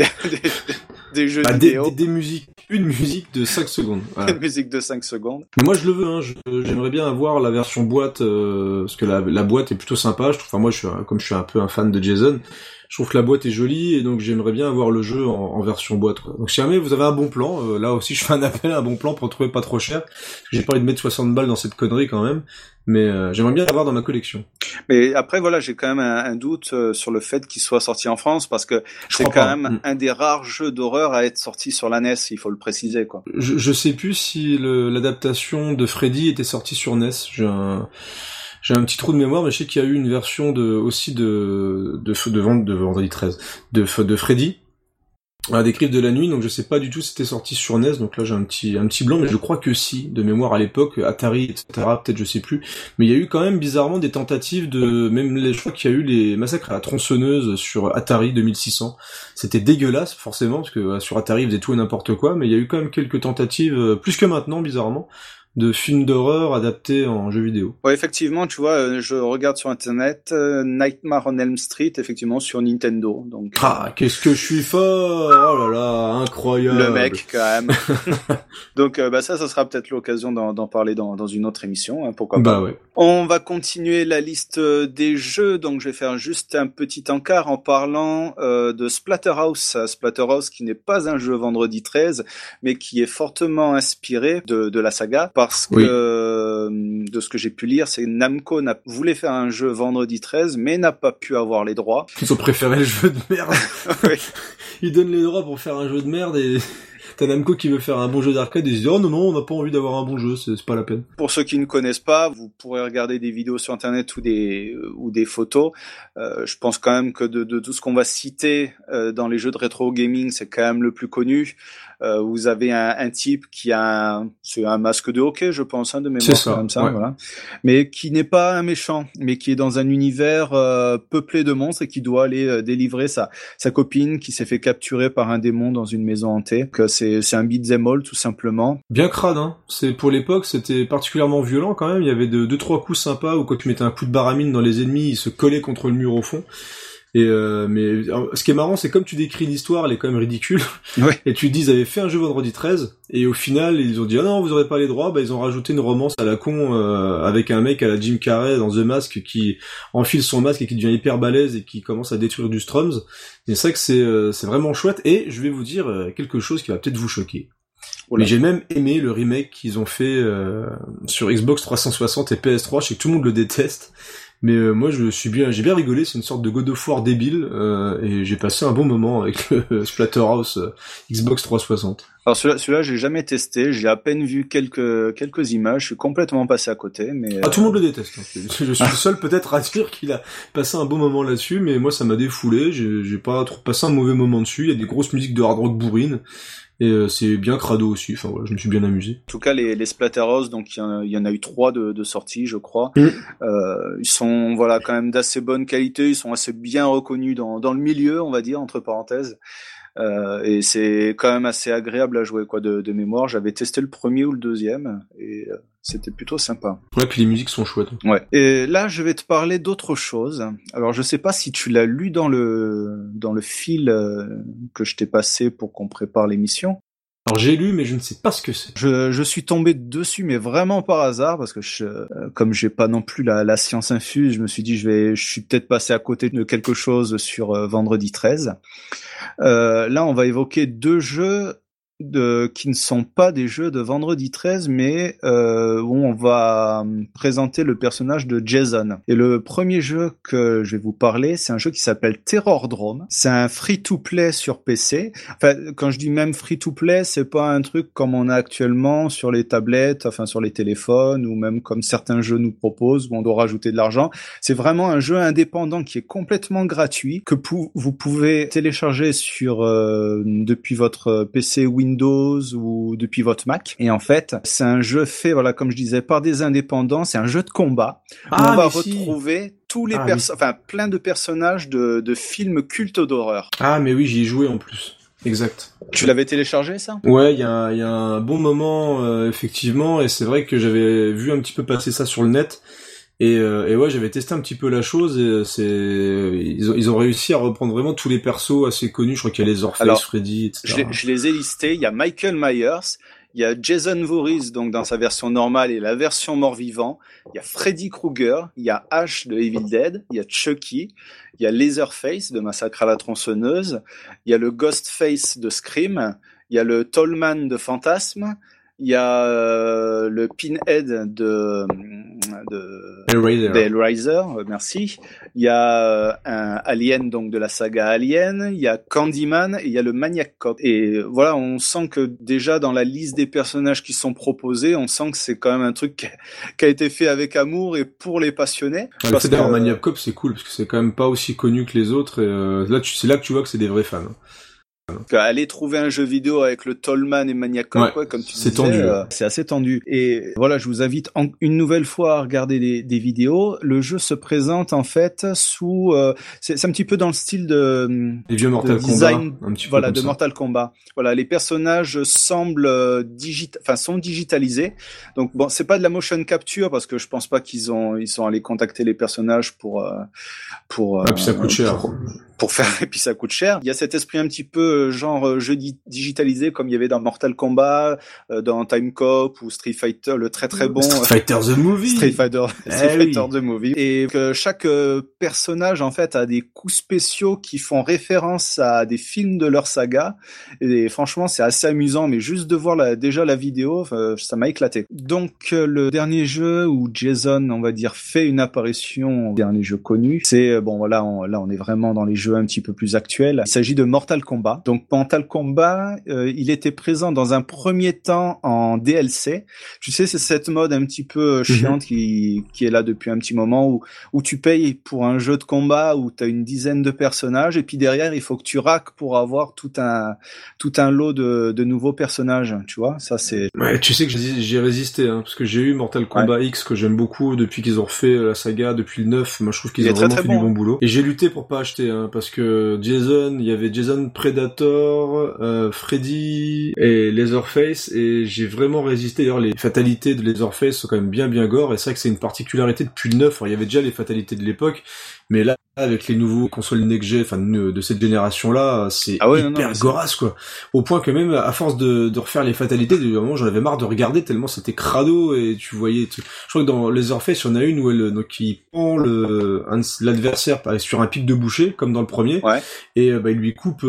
jeux vidéo. Des musiques. Une musique de 5 secondes. Voilà. Une musique de 5 secondes. Mais moi, je le veux, hein. J'aimerais bien avoir la version boîte, parce que la boîte est plutôt sympa. Enfin, moi, comme je suis un peu un fan de Jason, je trouve que la boîte est jolie, et donc j'aimerais bien avoir le jeu en version boîte, quoi. Donc si jamais vous avez un bon plan, là aussi je fais un appel à un bon plan pour trouver pas trop cher. J'ai pas envie de mettre 60 balles dans cette connerie quand même, mais j'aimerais bien l'avoir dans ma collection. Mais après voilà, j'ai quand même un doute sur le fait qu'il soit sorti en France, parce que c'est quand même un des rares jeux d'horreur à être sorti sur la NES, il faut le préciser, quoi. Je sais plus si l'adaptation de Freddy était sortie sur NES. J'ai un petit trou de mémoire, mais je sais qu'il y a eu une version de Vendredi 13, de Freddy, des Griffes de la Nuit, donc je sais pas du tout si c'était sorti sur NES, donc là j'ai un petit blanc, mais je crois que si, de mémoire à l'époque, Atari, etc., peut-être je sais plus, mais il y a eu quand même bizarrement des tentatives je crois qu'il y a eu les massacres à la tronçonneuse sur Atari 2600, c'était dégueulasse, forcément, parce que sur Atari ils faisaient tout et n'importe quoi, mais il y a eu quand même quelques tentatives, plus que maintenant, bizarrement, de films d'horreur adaptés en jeux vidéo. Ouais, effectivement, tu vois, je regarde sur internet Nightmare on Elm Street, effectivement sur Nintendo. Donc qu'est-ce que je suis fort. Oh là là, incroyable. Le mec quand même. Donc ça sera peut-être l'occasion d'en parler dans une autre émission, hein, pourquoi pas. Ouais. On va continuer la liste des jeux, donc je vais faire juste un petit encart en parlant de Splatterhouse. Splatterhouse qui n'est pas un jeu Vendredi 13, mais qui est fortement inspiré de la saga, parce que de ce que j'ai pu lire, c'est que Namco voulait faire un jeu vendredi 13, mais n'a pas pu avoir les droits. Ils ont préféré le jeu de merde. Oui. Ils donnent les droits pour faire un jeu de merde et t'as Namco qui veut faire un bon jeu d'arcade et ils se disent oh non, on n'a pas envie d'avoir un bon jeu, c'est pas la peine. Pour ceux qui ne connaissent pas, vous pourrez regarder des vidéos sur internet ou des photos. Je pense quand même que de tout ce qu'on va citer dans les jeux de rétro gaming, c'est quand même le plus connu. Vous avez un type qui a c'est un masque de hockey, je pense, de mémoire, c'est ça, comme ça, ouais. voilà. Mais qui n'est pas un méchant, mais qui est dans un univers peuplé de monstres et qui doit aller délivrer sa copine qui s'est fait capturer par un démon dans une maison hantée. Que c'est un beat'em all tout simplement. Bien crade, hein. C'est pour l'époque, c'était particulièrement violent quand même. Il y avait deux trois coups sympas où quand tu mettais un coup de baramine dans les ennemis, ils se collaient contre le mur au fond. Et mais ce qui est marrant, c'est comme tu décris l'histoire, elle est quand même ridicule. Ouais. Et tu te dis, ils avaient fait un jeu vendredi 13, et au final, ils ont dit, ah non, vous aurez pas les droits, bah ils ont rajouté une romance à la con, avec un mec à la Jim Carrey dans The Mask qui enfile son masque et qui devient hyper balèze et qui commence à détruire du Strums. Et c'est vrai que c'est vraiment chouette, et je vais vous dire quelque chose qui va peut-être vous choquer. Oula. Mais j'ai même aimé le remake qu'ils ont fait sur Xbox 360 et PS3, je sais que tout le monde le déteste. Mais moi j'ai bien rigolé, c'est une sorte de God of War débile et j'ai passé un bon moment avec le Splatterhouse Xbox 360. Alors celui-là j'ai jamais testé, j'ai à peine vu quelques images, je suis complètement passé à côté, mais tout le monde le déteste. Hein. Je suis le seul peut-être à dire qu'il a passé un bon moment là-dessus, mais moi ça m'a défoulé, j'ai pas trop passé un mauvais moment dessus, il y a des grosses musiques de hard rock bourrines. Et c'est bien crado aussi, enfin voilà, je me suis bien amusé. En tout cas, les Splatterhouse, donc il y en a eu 3 de sorties, je crois. Ils sont voilà quand même d'assez bonne qualité, ils sont assez bien reconnus dans le milieu, on va dire entre parenthèses. Et c'est quand même assez agréable à jouer quoi de mémoire. J'avais testé le premier ou le deuxième et c'était plutôt sympa. Ouais, puis les musiques sont chouettes. Ouais. Et là, je vais te parler d'autre chose. Alors, je sais pas si tu l'as lu dans le fil que je t'ai passé pour qu'on prépare l'émission. Alors j'ai lu, mais je ne sais pas ce que c'est. Je suis tombé dessus, mais vraiment par hasard, parce que comme j'ai pas non plus la science infuse, je me suis dit je suis peut-être passé à côté de quelque chose sur vendredi 13. Là, on va évoquer 2 jeux qui ne sont pas des jeux de vendredi 13, mais où on va présenter le personnage de Jason. Et le premier jeu que je vais vous parler, c'est un jeu qui s'appelle Terrordrome. C'est un free-to-play sur PC. Enfin, quand je dis même free-to-play, c'est pas un truc comme on a actuellement sur les tablettes, enfin sur les téléphones, ou même comme certains jeux nous proposent, où on doit rajouter de l'argent. C'est vraiment un jeu indépendant qui est complètement gratuit, que vous pouvez télécharger depuis votre PC Windows ou depuis votre Mac. Et en fait, c'est un jeu fait, voilà, comme je disais, par des indépendants. C'est un jeu de combat. Où on va retrouver tous les plein de personnages de films cultes d'horreur. Ah, mais oui, j'y ai joué en plus. Exact. Tu l'avais téléchargé, ça? Ouais, il y a un bon moment, effectivement, et c'est vrai que j'avais vu un petit peu passer ça sur le net. Et ouais, j'avais testé un petit peu la chose et ils ont réussi à reprendre vraiment tous les persos assez connus. Je crois qu'il y a les Leatherface, Freddy, etc. Je les ai listés. Il y a Michael Myers, il y a Jason Voorhees, donc dans sa version normale et la version mort-vivant. Il y a Freddy Krueger, il y a Ash de Evil Dead, il y a Chucky, il y a Leatherface de Massacre à la tronçonneuse, il y a le Ghostface de Scream, il y a le Tollman de Fantasme. Il y a le Pinhead de Hellraiser, merci. Il y a un Alien donc de la saga Alien, il y a Candyman et il y a le Maniac Cop. Et voilà, on sent que déjà dans la liste des personnages qui sont proposés, on sent que c'est quand même un truc qui a été fait avec amour et pour les passionnés. Ouais, le fait d'avoir Maniac Cop, c'est cool parce que c'est quand même pas aussi connu que les autres. Et là, c'est là que tu vois que c'est des vrais fans. Aller trouver un jeu vidéo avec le Tollman et Maniac Cop, ouais, comme tu disais, tendu, c'est assez tendu. Et voilà, je vous invite une nouvelle fois à regarder des vidéos. Le jeu se présente en fait sous, c'est un petit peu dans le style de les vieux Mortal design, Kombat, un petit peu voilà, comme de ça. Mortal Kombat. Voilà, les personnages semblent sont digitalisés. Donc bon, c'est pas de la motion capture parce que je pense pas ils sont allés contacter les personnages pour. Puis ça coûte cher. pour faire, et puis ça coûte cher. Il y a cet esprit un petit peu genre jeu digitalisé comme il y avait dans Mortal Kombat, dans Time Cop ou Street Fighter, le très très bon Street Fighter the Movie. Street Fighter the Movie. Et que chaque personnage en fait a des coups spéciaux qui font référence à des films de leur saga. Et franchement, c'est assez amusant, mais juste de voir déjà la vidéo, ça m'a éclaté. Donc le dernier jeu où Jason, on va dire, fait une apparition, dernier jeu connu, c'est bon voilà, on est vraiment dans les jeux un petit peu plus actuels. Il s'agit de Mortal Kombat. Donc Mortal Kombat, il était présent dans un premier temps en DLC. Tu sais, c'est cette mode un petit peu chiante qui est là depuis un petit moment où tu payes pour un jeu de combat où tu as une dizaine de personnages et puis derrière il faut que tu raques pour avoir tout un lot de nouveaux personnages, tu vois. Ça c'est. Ouais, tu sais que j'ai résisté parce que j'ai eu Mortal Kombat X que j'aime beaucoup depuis qu'ils ont refait la saga depuis le 9. Moi je trouve qu'ils ont vraiment fait du bon boulot. Et j'ai lutté pour pas acheter parce que Jason, il y avait Jason Predator, Freddy et Leatherface et j'ai vraiment résisté. D'ailleurs les fatalités de Leatherface sont quand même bien gore et c'est vrai que c'est une particularité depuis le 9. Alors, il y avait déjà les fatalités de l'époque, mais là avec les nouveaux consoles next-gen, enfin de cette génération-là, c'est hyper gorasse quoi. Au point que même à force de refaire les fatalités, du moment j'en avais marre de regarder tellement c'était crado et tu voyais. Je crois que dans Leatherface, il y en a une où il prend l'adversaire sur un pic de boucher comme dans le premier, et il lui coupe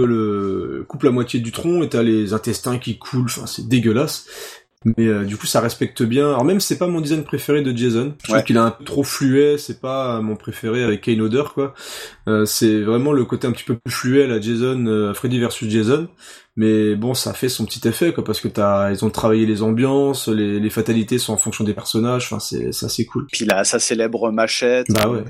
la moitié du tronc et t'as les intestins qui coulent. Enfin c'est dégueulasse. Mais du coup ça respecte bien. Alors même c'est pas mon design préféré de Jason. Je trouve qu'il est un peu trop fluet, c'est pas mon préféré avec Kane Hodder quoi. C'est vraiment le côté un petit peu plus fluet à la Jason, Freddy versus Jason. Mais bon, ça fait son petit effet quoi parce que ils ont travaillé les ambiances, les fatalités sont en fonction des personnages. Enfin c'est cool. Puis là sa célèbre machette. Donc,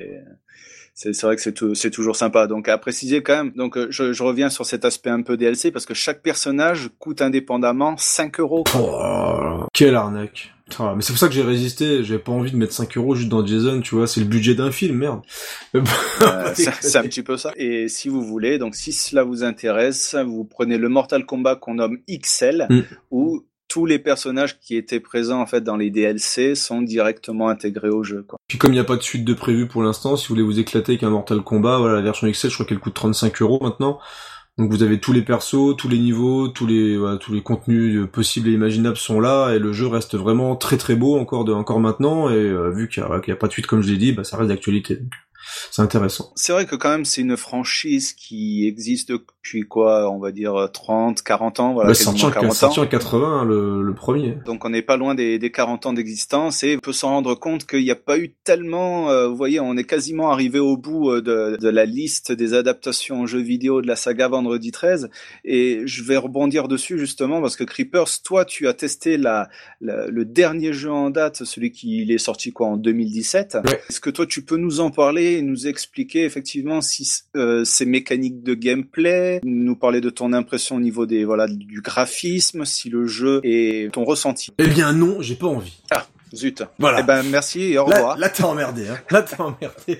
c'est vrai que c'est toujours sympa. Donc à préciser quand même. Donc je reviens sur cet aspect un peu DLC parce que chaque personnage coûte indépendamment 5 €. Oh, quelle arnaque. Mais c'est pour ça que j'ai résisté. J'avais pas envie de mettre 5 € juste dans Jason, tu vois. C'est le budget d'un film, merde. C'est un petit peu ça. Et si vous voulez, donc si cela vous intéresse, vous prenez le Mortal Kombat qu'on nomme XL ou tous les personnages qui étaient présents en fait dans les DLC sont directement intégrés au jeu quoi. Puis comme il n'y a pas de suite de prévu pour l'instant, si vous voulez vous éclater avec un Mortal Kombat, voilà, la version XL, je crois qu'elle coûte 35 € maintenant. Donc vous avez tous les persos, tous les niveaux, tous les contenus possibles et imaginables sont là et le jeu reste vraiment très très beau encore maintenant et vu qu'il y a pas de suite comme je l'ai dit, ça reste d'actualité. Donc c'est intéressant. C'est vrai que quand même c'est une franchise qui existe depuis quoi, on va dire 30, 40 ans, voilà, sorti en 80 le premier. Donc on n'est pas loin des 40 ans d'existence et on peut s'en rendre compte qu'il n'y a pas eu tellement, vous voyez, on est quasiment arrivé au bout de la liste des adaptations en jeux vidéo de la saga Vendredi 13 et je vais rebondir dessus justement parce que Creepers, toi tu as testé le dernier jeu en date, celui qui est sorti quoi en 2017. Ouais. Est-ce que toi tu peux nous en parler et nous expliquer effectivement si ces mécaniques de gameplay, nous parler de ton impression au niveau du graphisme, si le jeu est ton ressenti. Eh bien non, j'ai pas envie. Ah, zut. Voilà. Eh ben merci et au revoir. Là t'as emmerdé, hein. Là t'as emmerdé.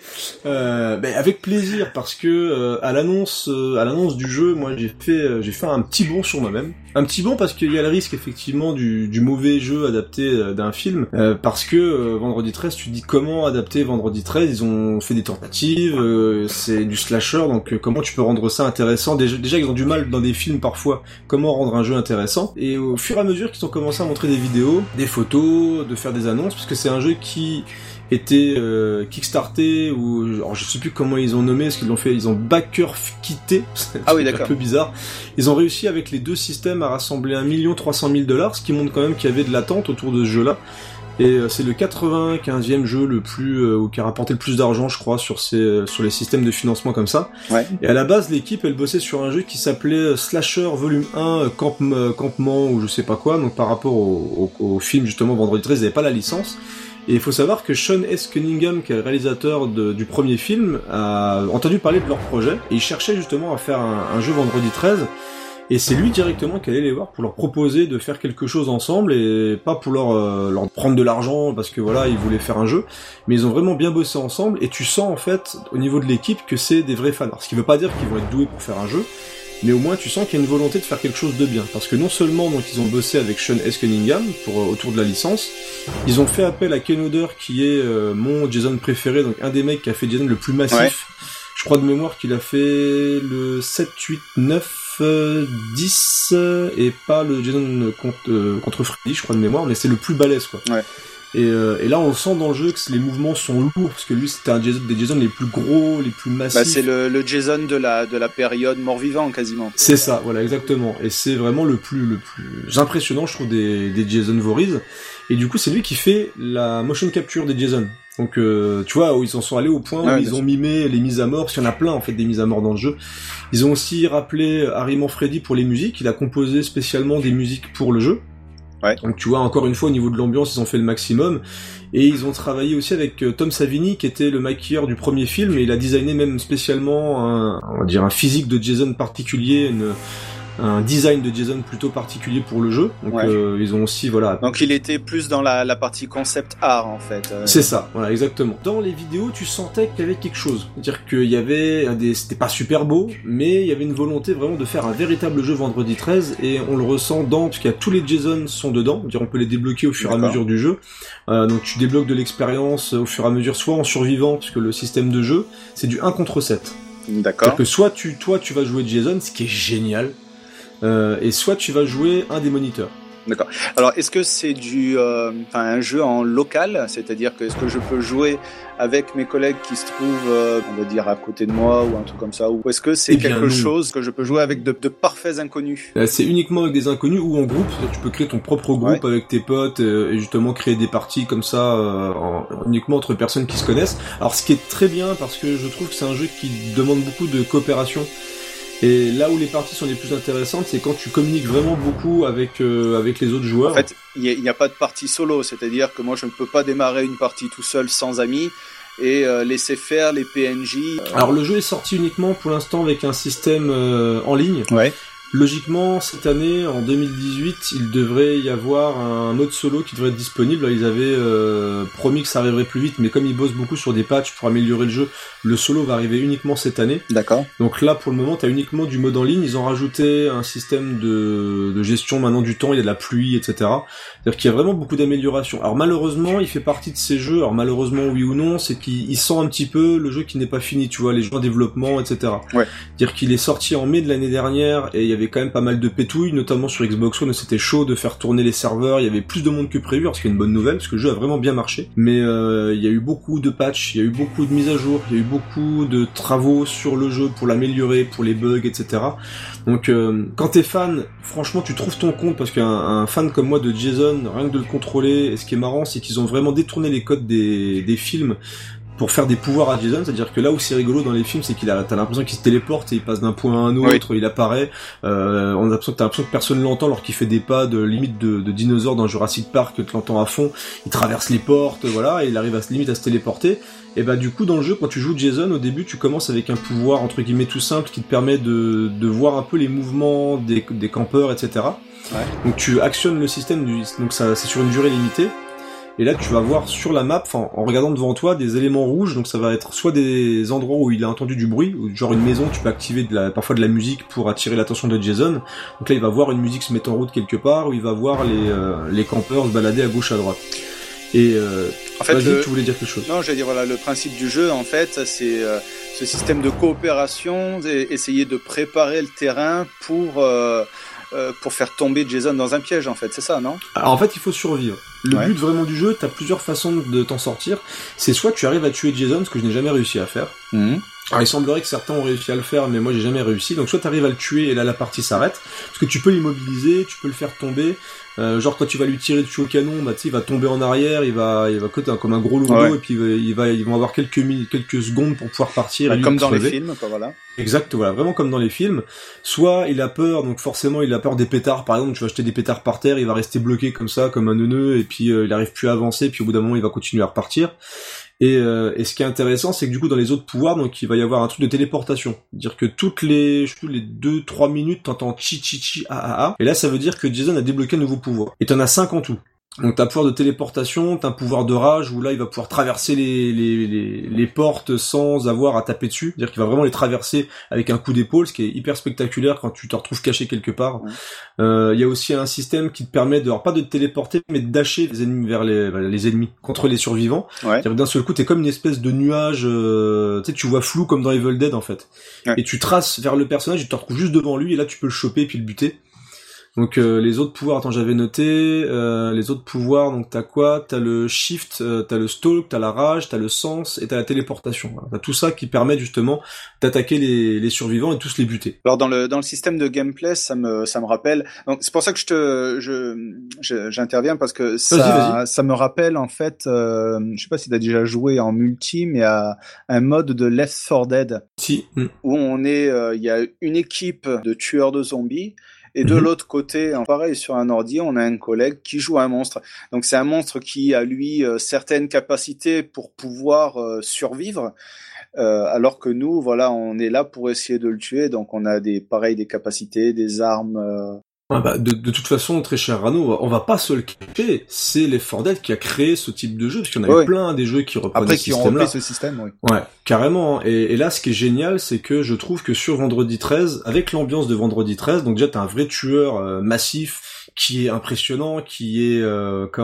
Avec plaisir parce que à l'annonce du jeu, moi j'ai fait un petit bond sur moi-même. Un petit bond parce qu'il y a le risque effectivement du mauvais jeu adapté d'un film, parce que Vendredi 13, tu dis comment adapter Vendredi 13, ils ont fait des tentatives, c'est du slasher, donc comment tu peux rendre ça intéressant, déjà ils ont du mal dans des films parfois, comment rendre un jeu intéressant, et au fur et à mesure qu'ils ont commencé à montrer des vidéos, des photos, de faire des annonces, parce que c'est un jeu qui était kickstarté ou alors je sais plus comment ils ont nommé ce qu'ils l'ont fait, ils ont backer quitté, c'est un peu bizarre. Ils ont réussi avec les deux systèmes à rassembler 1 300 000 $, ce qui montre quand même qu'il y avait de l'attente autour de ce jeu-là. Et c'est le 95e jeu le plus qui a rapporté le plus d'argent, je crois, sur les systèmes de financement comme ça. Ouais. Et à la base, l'équipe elle bossait sur un jeu qui s'appelait Slasher Volume 1 Campement ou je sais pas quoi. Donc par rapport au film justement Vendredi 13, ils n'avaient pas la licence. Et il faut savoir que Sean S. Cunningham, qui est le réalisateur du premier film, a entendu parler de leur projet, et il cherchait justement à faire un jeu Vendredi 13, et c'est lui directement qui allait les voir pour leur proposer de faire quelque chose ensemble, et pas pour leur prendre de l'argent, parce que voilà, ils voulaient faire un jeu, mais ils ont vraiment bien bossé ensemble, et tu sens en fait, au niveau de l'équipe, que c'est des vrais fans. Alors, ce qui veut pas dire qu'ils vont être doués pour faire un jeu, mais au moins tu sens qu'il y a une volonté de faire quelque chose de bien, parce que non seulement donc ils ont bossé avec Sean S. Cunningham autour de la licence, ils ont fait appel à Ken Hodder qui est mon Jason préféré, donc un des mecs qui a fait Jason le plus massif. Ouais. Je Je crois de mémoire qu'il a fait le 7, 8, 9, 10 et pas le Jason contre Freddy, je crois de mémoire, mais c'est le plus balèze, quoi. Ouais. Et là, on sent dans le jeu que les mouvements sont lourds, parce que lui, c'était un Jason, des Jason les plus gros, les plus massifs. Bah, c'est le Jason de la période mort-vivant, quasiment. C'est ça, voilà, exactement. Et c'est vraiment le plus impressionnant, je trouve, des Jason Voorhees. Et du coup, c'est lui qui fait la motion capture des Jason. Donc, tu vois, où ils en sont allés au point où ils ont mimé les mises à mort, parce qu'il y en a plein, en fait, des mises à mort dans le jeu. Ils ont aussi rappelé Harry Manfredi pour les musiques. Il a composé spécialement des musiques pour le jeu. Ouais. Donc tu vois, encore une fois, au niveau de l'ambiance, ils ont fait le maximum. Et ils ont travaillé aussi avec Tom Savini, qui était le maquilleur du premier film, et il a designé même spécialement un physique de Jason particulier, un design de Jason plutôt particulier pour le jeu. Donc ils ont aussi, voilà. Donc il était plus dans la partie concept art, en fait. C'est ça, voilà, exactement. Dans les vidéos, tu sentais qu'il y avait quelque chose. C'est-à-dire qu'il y avait c'était pas super beau, mais il y avait une volonté vraiment de faire un véritable jeu Vendredi 13, et on le ressent parce qu'il y a tous les Jason sont dedans. C'est-à-dire on peut les débloquer au fur et à mesure du jeu. Donc tu débloques de l'expérience au fur et à mesure, soit en survivant, puisque le système de jeu, c'est du 1 contre 7. D'accord. C'est-à-dire que soit tu vas jouer Jason, ce qui est génial, et soit tu vas jouer un des moniteurs. D'accord. Alors, est-ce que c'est un jeu en local, c'est-à-dire que est-ce que je peux jouer avec mes collègues qui se trouvent, on va dire, à côté de moi ou un truc comme ça, ou est-ce que c'est quelque chose que je peux jouer avec de parfaits inconnus? C'est uniquement avec des inconnus ou en groupe, c'est-à-dire que tu peux créer ton propre groupe avec tes potes et justement créer des parties comme ça uniquement entre personnes qui se connaissent. Alors, ce qui est très bien parce que je trouve que c'est un jeu qui demande beaucoup de coopération. Et là où les parties sont les plus intéressantes, c'est quand tu communiques vraiment beaucoup avec les autres joueurs. En fait, il n'y a pas de partie solo, c'est-à-dire que moi je ne peux pas démarrer une partie tout seul sans amis et laisser faire les PNJ. Alors le jeu est sorti uniquement pour l'instant avec un système en ligne. Ouais. Logiquement, cette année, en 2018, il devrait y avoir un mode solo qui devrait être disponible. Là, ils avaient promis que ça arriverait plus vite, mais comme ils bossent beaucoup sur des patchs pour améliorer le solo va arriver uniquement cette année. D'accord. Donc là, pour le moment, t'as uniquement du mode en ligne. Ils ont rajouté un système de gestion maintenant du temps, il y a de la pluie, etc. C'est-à-dire qu'il y a vraiment beaucoup d'améliorations. Alors malheureusement, il fait partie de ces jeux, alors malheureusement oui ou non, c'est qu'il sent un petit peu le jeu qui n'est pas fini, tu vois, les jeux en développement, etc. Ouais. C'est-à-dire qu'il est sorti en mai de l'année dernière, et il y avait quand même pas mal de pétouilles, notamment sur Xbox One, c'était chaud de faire tourner les serveurs, il y avait plus de monde que prévu, alors ce qui est une bonne nouvelle, parce que le jeu a vraiment bien marché, mais il y a eu beaucoup de patchs, il y a eu beaucoup de mises à jour, il y a eu beaucoup de travaux sur le jeu pour l'améliorer, pour les bugs, etc. Donc quand t'es fan, franchement tu trouves ton compte, parce qu'un fan comme moi de Jason, rien que de le contrôler, et ce qui est marrant c'est qu'ils ont vraiment détourné les codes des films pour faire des pouvoirs à Jason, c'est-à-dire que là où c'est rigolo dans les films, c'est t'as l'impression qu'il se téléporte et il passe d'un point à un autre, il apparaît, t'as l'impression que personne l'entend alors qu'il fait des pas de limite de dinosaure dans Jurassic Park, que tu l'entends à fond, il traverse les portes, voilà, et il arrive limite à se téléporter. Et bah du coup dans le jeu, quand tu joues Jason, au début tu commences avec un pouvoir entre guillemets tout simple qui te permet de voir un peu les mouvements des campeurs, etc. Ouais. Donc tu actionnes le système, donc ça c'est sur une durée limitée. Et là, tu vas voir sur la map, en regardant devant toi, des éléments rouges. Donc ça va être soit des endroits où il a entendu du bruit, ou genre une maison, tu peux activer parfois de la musique pour attirer l'attention de Jason. Donc là, il va voir une musique se mettre en route quelque part, où il va voir les campeurs se balader à gauche à droite. Et en fait, vas-y, tu voulais dire quelque chose? Non, j'allais dire, voilà, le principe du jeu, en fait, c'est ce système de coopération, essayer de préparer le terrain pour faire tomber Jason dans un piège, en fait, c'est ça, non? Alors en fait, il faut survivre. Le but vraiment du jeu, t'as plusieurs façons de t'en sortir. C'est soit tu arrives à tuer Jason, ce que je n'ai jamais réussi à faire. Mmh. Alors il semblerait que certains ont réussi à le faire, mais moi j'ai jamais réussi. Donc soit t'arrives à le tuer et là la partie s'arrête, parce que tu peux l'immobiliser, tu peux le faire tomber. Genre quand tu vas lui tirer dessus au canon, bah tu sais, il va tomber en arrière, il va coter comme un gros lourdeau, et puis ils vont avoir quelques secondes pour pouvoir partir. Ouais, et comme dans les films, quoi, voilà. Exact, voilà, vraiment comme dans les films. Soit il a peur, donc forcément il a peur des pétards, par exemple, tu vas jeter des pétards par terre, il va rester bloqué comme ça, comme un neuneu, et puis il arrive plus à avancer, puis au bout d'un moment il va continuer à repartir. Et ce qui est intéressant, c'est que du coup dans les autres pouvoirs, donc il va y avoir un truc de téléportation. C'est-à-dire que toutes les 2-3 minutes, t'entends chi chi chi ah ah ah. Et là ça veut dire que Jason a débloqué un nouveau pouvoir. Et t'en as 5 en tout. Donc t'as un pouvoir de téléportation, t'as un pouvoir de rage où là il va pouvoir traverser les portes sans avoir à taper dessus, c'est-à-dire qu'il va vraiment les traverser avec un coup d'épaule, ce qui est hyper spectaculaire quand tu te retrouves caché quelque part. Il y a aussi un système qui te permet de, alors pas de te téléporter, mais de dasher les ennemis vers les ennemis contre les survivants. Ouais. C'est-à-dire que d'un seul coup t'es comme une espèce de nuage, tu sais, tu vois flou comme dans Evil Dead en fait. Ouais. Et tu traces vers le personnage, et tu te retrouves juste devant lui et là tu peux le choper et puis le buter. Donc les autres pouvoirs, attends, j'avais noté les autres pouvoirs, donc t'as quoi? T'as le shift, t'as le stalk, t'as la rage, t'as le sens et t'as la téléportation. Voilà. T'as tout ça qui permet justement d'attaquer les survivants et tous les buter. Alors dans le système de gameplay, ça me rappelle. Donc c'est pour ça que j'interviens parce que ça me rappelle en fait. Je sais pas si t'as déjà joué en multi, mais à un mode de Left 4 Dead. Si. Où on est, il y a une équipe de tueurs de zombies. Et de l'autre côté, pareil, sur un ordi, on a un collègue qui joue un monstre. Donc c'est un monstre qui a, lui, certaines capacités pour pouvoir survivre, alors que nous, voilà, on est là pour essayer de le tuer. Donc on a des capacités, des armes... Ah bah, de toute façon, très cher Rano, on va pas se le cacher, c'est Left 4 Dead qui a créé ce type de jeu, parce qu'il y en avait plein des jeux qui reprenaient ce système-là. Après, qui ont repris ce système, oui. Ouais, carrément. Et là, ce qui est génial, c'est que je trouve que sur Vendredi 13, avec l'ambiance de Vendredi 13, donc déjà t'as un vrai tueur massif, qui est impressionnant, qui est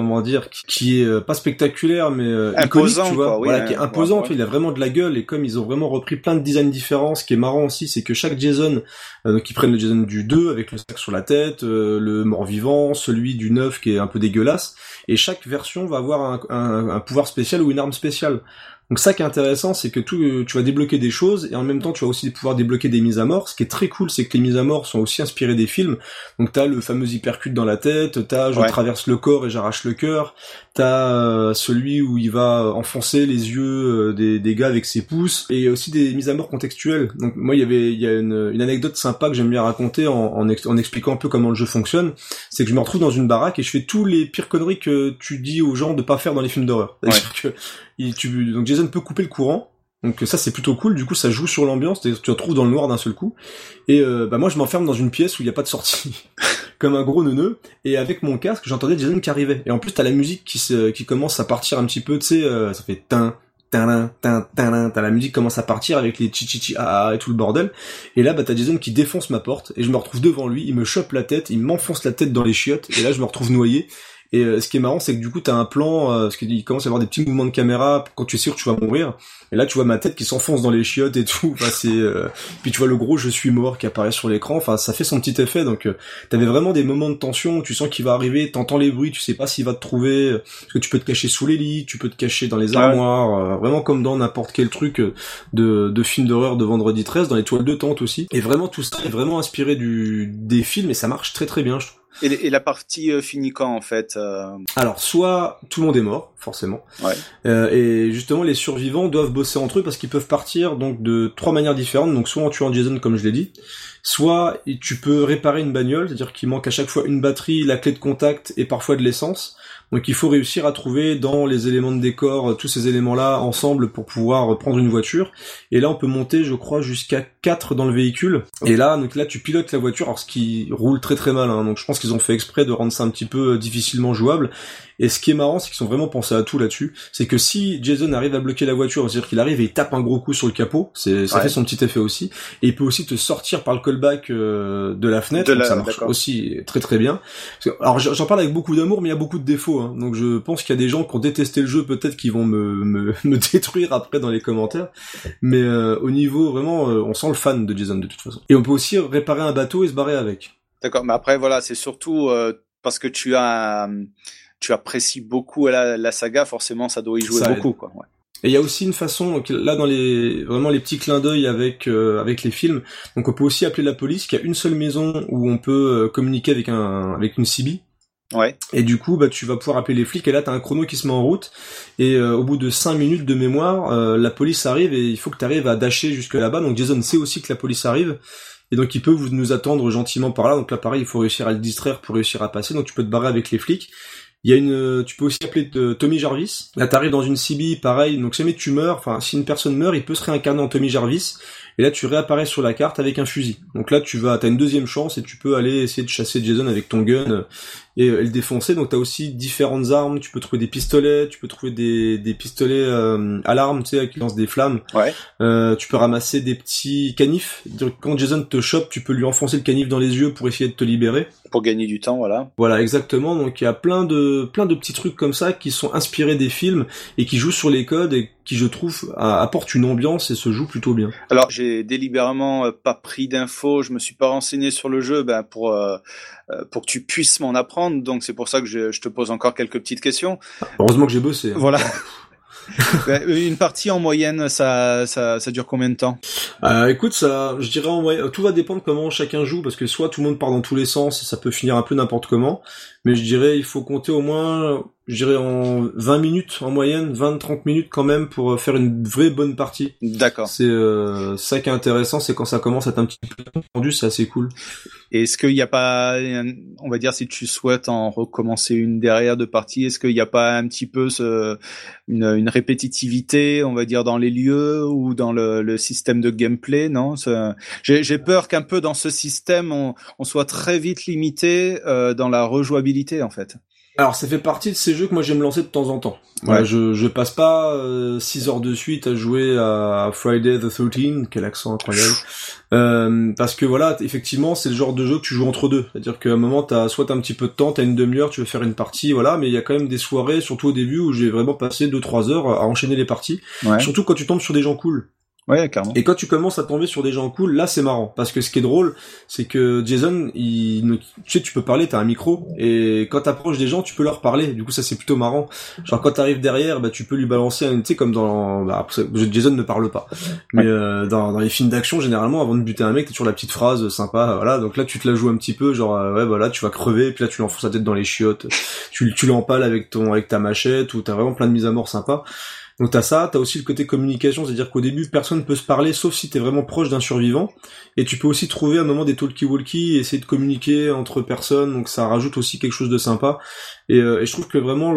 qui est pas spectaculaire mais imposant, iconique, tu vois, quoi, oui, voilà, qui est imposant, tu vois, il a vraiment de la gueule, et comme ils ont vraiment repris plein de designs différents, ce qui est marrant aussi, c'est que chaque Jason, donc ils prennent le Jason du 2 avec le sac sur la tête, le mort-vivant, celui du 9 qui est un peu dégueulasse, et chaque version va avoir un pouvoir spécial ou une arme spéciale. Donc ça qui est intéressant, c'est que tu vas débloquer des choses, et en même temps tu vas aussi pouvoir débloquer des mises à mort. Ce qui est très cool, c'est que les mises à mort sont aussi inspirées des films. Donc t'as le fameux hypercute dans la tête, t'as je traverse le corps et j'arrache le cœur, t'as celui où il va enfoncer les yeux des gars avec ses pouces, et il y a aussi des mises à mort contextuelles. Donc moi il y a une anecdote sympa que j'aime bien raconter en expliquant un peu comment le jeu fonctionne. C'est que je me retrouve dans une baraque et je fais tous les pires conneries que tu dis aux gens de pas faire dans les films d'horreur. C'est-à-dire que donc Jason peut couper le courant, donc ça c'est plutôt cool, du coup ça joue sur l'ambiance, tu te retrouves dans le noir d'un seul coup, et moi je m'enferme dans une pièce où il y a pas de sortie, comme un gros neuneu, et avec mon casque j'entendais Jason qui arrivait, et en plus t'as la musique qui commence à partir un petit peu, tu sais, ça fait tin, t'as la musique qui commence à partir avec les chi et tout le bordel, et là bah t'as Jason qui défonce ma porte, et je me retrouve devant lui, il me chope la tête, il m'enfonce la tête dans les chiottes, et là je me retrouve noyé. Et ce qui est marrant, c'est que du coup t'as un plan, parce qu'il commence à y avoir des petits mouvements de caméra quand tu es sûr que tu vas mourir, et là tu vois ma tête qui s'enfonce dans les chiottes et tout, enfin c'est puis tu vois le gros je suis mort qui apparaît sur l'écran, enfin ça fait son petit effet. Donc t'avais vraiment des moments de tension où tu sens qu'il va arriver, t'entends les bruits, tu sais pas s'il va te trouver, parce que tu peux te cacher sous les lits, tu peux te cacher dans les armoires, vraiment comme dans n'importe quel truc de film d'horreur de Vendredi 13, dans les toiles de tente aussi, et vraiment tout ça est vraiment inspiré des films, et ça marche très très bien, je trouve. Et la partie finit quand, en fait Alors, soit tout le monde est mort, forcément. Et justement, les survivants doivent bosser entre eux parce qu'ils peuvent partir donc de 3 manières différentes. Donc, soit en tuant Jason, comme je l'ai dit, soit tu peux réparer une bagnole, c'est-à-dire qu'il manque à chaque fois une batterie, la clé de contact et parfois de l'essence. Donc il faut réussir à trouver dans les éléments de décor tous ces éléments-là ensemble pour pouvoir prendre une voiture. Et là on peut monter, je crois, jusqu'à 4 dans le véhicule. Et là, donc là tu pilotes la voiture, alors ce qui roule très très mal, hein, donc je pense qu'ils ont fait exprès de rendre ça un petit peu difficilement jouable. Et ce qui est marrant, c'est qu'ils ont vraiment pensé à tout là-dessus. C'est que si Jason arrive à bloquer la voiture, c'est-à-dire qu'il arrive et il tape un gros coup sur le capot, ça fait son petit effet aussi. Et il peut aussi te sortir par le callback de la fenêtre, donc ça marche aussi très très bien. Alors j'en parle avec beaucoup d'amour, mais il y a beaucoup de défauts. Hein. Donc je pense qu'il y a des gens qui ont détesté le jeu, peut-être qui vont me détruire après dans les commentaires. Mais au niveau vraiment, on sent le fan de Jason de toute façon. Et on peut aussi réparer un bateau et se barrer avec. D'accord, mais après voilà, c'est surtout parce que tu apprécies beaucoup la saga, forcément ça doit y jouer beaucoup, quoi. Ouais. Et il y a aussi une façon, donc là dans les petits clins d'œil avec les films, donc on peut aussi appeler la police, qu'il y a une seule maison où on peut communiquer avec une CB. Ouais. Et du coup, bah tu vas pouvoir appeler les flics, et là t'as un chrono qui se met en route, et au bout de 5 minutes de mémoire, la police arrive et il faut que t'arrives à dasher jusque là-bas. Donc Jason sait aussi que la police arrive. Et donc il peut nous attendre gentiment par là. Donc là pareil, il faut réussir à le distraire pour réussir à passer. Donc tu peux te barrer avec les flics. Il y a tu peux aussi appeler Tommy Jarvis. Là t'arrives dans une CB, pareil. Donc si jamais tu meurs, enfin si une personne meurt, il peut se réincarner en Tommy Jarvis. et là tu réapparais sur la carte avec un fusil. Donc là t'as une deuxième chance et tu peux aller essayer de chasser Jason avec ton gun et le défoncer. Donc t'as aussi différentes armes, tu peux trouver des pistolets, tu peux trouver des pistolets alarmes, tu sais, qui lancent des flammes. Ouais. Tu peux ramasser des petits canifs. Donc, quand Jason te chope, tu peux lui enfoncer le canif dans les yeux pour essayer de te libérer. Pour gagner du temps, voilà. Voilà, exactement. Donc il y a plein de petits trucs comme ça qui sont inspirés des films et qui jouent sur les codes et qui, je trouve, apportent une ambiance et se jouent plutôt bien. Alors, j'ai délibérément pas pris d'infos, je me suis pas renseigné sur le jeu, pour que tu puisses m'en apprendre. Donc c'est pour ça que je te pose encore quelques petites questions. Heureusement que j'ai bossé. Hein. Voilà. Une partie en moyenne, ça dure combien de temps? Écoute, je dirais en moyenne, tout va dépendre comment chacun joue, parce que soit tout le monde part dans tous les sens, et ça peut finir un peu n'importe comment, mais je dirais il faut compter au moins, en 20 minutes en moyenne, 20-30 minutes quand même pour faire une vraie bonne partie. D'accord. C'est ça qui est intéressant, c'est quand ça commence à être un petit peu tendu, c'est assez cool. Et est-ce qu'il n'y a pas, on va dire, si tu souhaites en recommencer une derrière de partie, est-ce qu'il n'y a pas un petit peu une répétitivité, on va dire, dans les lieux ou dans le système de gameplay, non? J'ai peur qu'un peu dans ce système, on soit très vite limité dans la rejouabilité, en fait. Alors ça fait partie de ces jeux que moi j'aime lancer de temps en temps. Voilà, je passe pas 6 heures de suite à jouer à Friday the 13th, quel accent incroyable. Parce que voilà, effectivement, c'est le genre de jeu que tu joues entre deux. C'est-à-dire qu'à un moment, t'as un petit peu de temps, t'as une demi-heure, tu veux faire une partie, voilà, mais il y a quand même des soirées, surtout au début, où j'ai vraiment passé 2-3 heures à enchaîner les parties. Ouais. Surtout quand tu tombes sur des gens cool. Ouais, carrément. Et quand tu commences à tomber sur des gens cool, là c'est marrant, parce que ce qui est drôle, c'est que Jason, tu sais, tu peux parler, t'as un micro, et quand t'approches des gens, tu peux leur parler. Du coup, ça c'est plutôt marrant. Genre quand t'arrives derrière, tu peux lui balancer, tu sais, comme Jason ne parle pas, mais dans les films d'action, généralement, avant de buter un mec, t'as toujours la petite phrase sympa, voilà. Donc là, tu te la joues un petit peu, genre ouais, voilà, tu vas crever, et puis là, tu lui enfonces la tête dans les chiottes, tu l'empales avec ta machette, ou t'as vraiment plein de mises à mort sympas. Donc t'as aussi le côté communication, c'est-à-dire qu'au début personne ne peut se parler sauf si t'es vraiment proche d'un survivant, et tu peux aussi trouver à un moment des talkie-walkie et essayer de communiquer entre personnes, donc ça rajoute aussi quelque chose de sympa, et je trouve que vraiment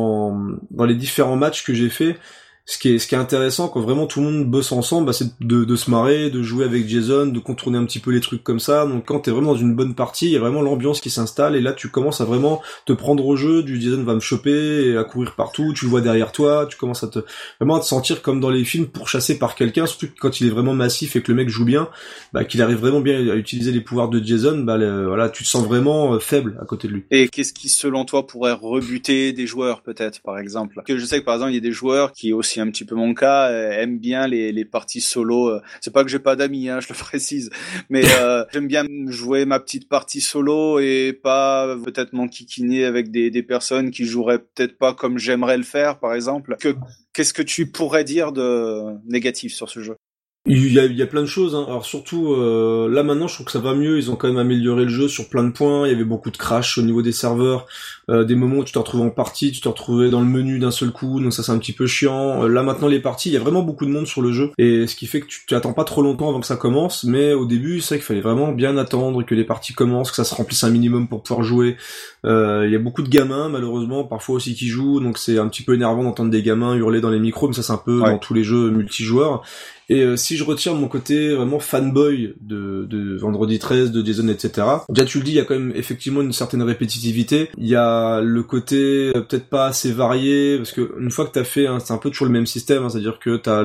dans les différents matchs que j'ai fait, ce qui est intéressant quand vraiment tout le monde bosse ensemble, c'est de se marrer, de jouer avec Jason, de contourner un petit peu les trucs comme ça. Donc quand t'es vraiment dans une bonne partie, il y a vraiment l'ambiance qui s'installe, et là tu commences à vraiment te prendre au jeu, du Jason va me choper, et à courir partout, tu le vois derrière toi, tu commences à te sentir comme dans les films pourchassé par quelqu'un, surtout quand il est vraiment massif et que le mec joue bien, qu'il arrive vraiment bien à utiliser les pouvoirs de Jason, voilà, tu te sens vraiment faible à côté de lui. Et qu'est-ce qui selon toi pourrait rebuter des joueurs peut-être, par exemple? Que je sais que par exemple il y a des joueurs qui aussi un petit peu mon cas, aime bien les parties solo. C'est pas que j'ai pas d'amis, je le précise, mais j'aime bien jouer ma petite partie solo et pas peut-être m'enquiquiner avec des personnes qui joueraient peut-être pas comme j'aimerais le faire, par exemple. Qu'est-ce que tu pourrais dire de négatif sur ce jeu? Il y a plein de choses, hein. Alors surtout là maintenant je trouve que ça va mieux, ils ont quand même amélioré le jeu sur plein de points, il y avait beaucoup de crash au niveau des serveurs, des moments où tu te retrouvais en partie, tu te retrouvais dans le menu d'un seul coup, donc ça c'est un petit peu chiant. Là maintenant les parties, il y a vraiment beaucoup de monde sur le jeu, et ce qui fait que tu attends pas trop longtemps avant que ça commence, mais au début c'est vrai qu'il fallait vraiment bien attendre que les parties commencent, que ça se remplisse un minimum pour pouvoir jouer. Il y a beaucoup de gamins malheureusement, parfois aussi qui jouent, donc c'est un petit peu énervant d'entendre des gamins hurler dans les micros, mais ça c'est un peu dans tous les jeux multijoueurs. Et si je retire mon côté vraiment fanboy de Vendredi 13, de Jason, etc. Déjà tu le dis, il y a quand même effectivement une certaine répétitivité. Il y a le côté peut-être pas assez varié, parce que une fois que t'as fait, c'est un peu toujours le même système, c'est-à-dire que t'as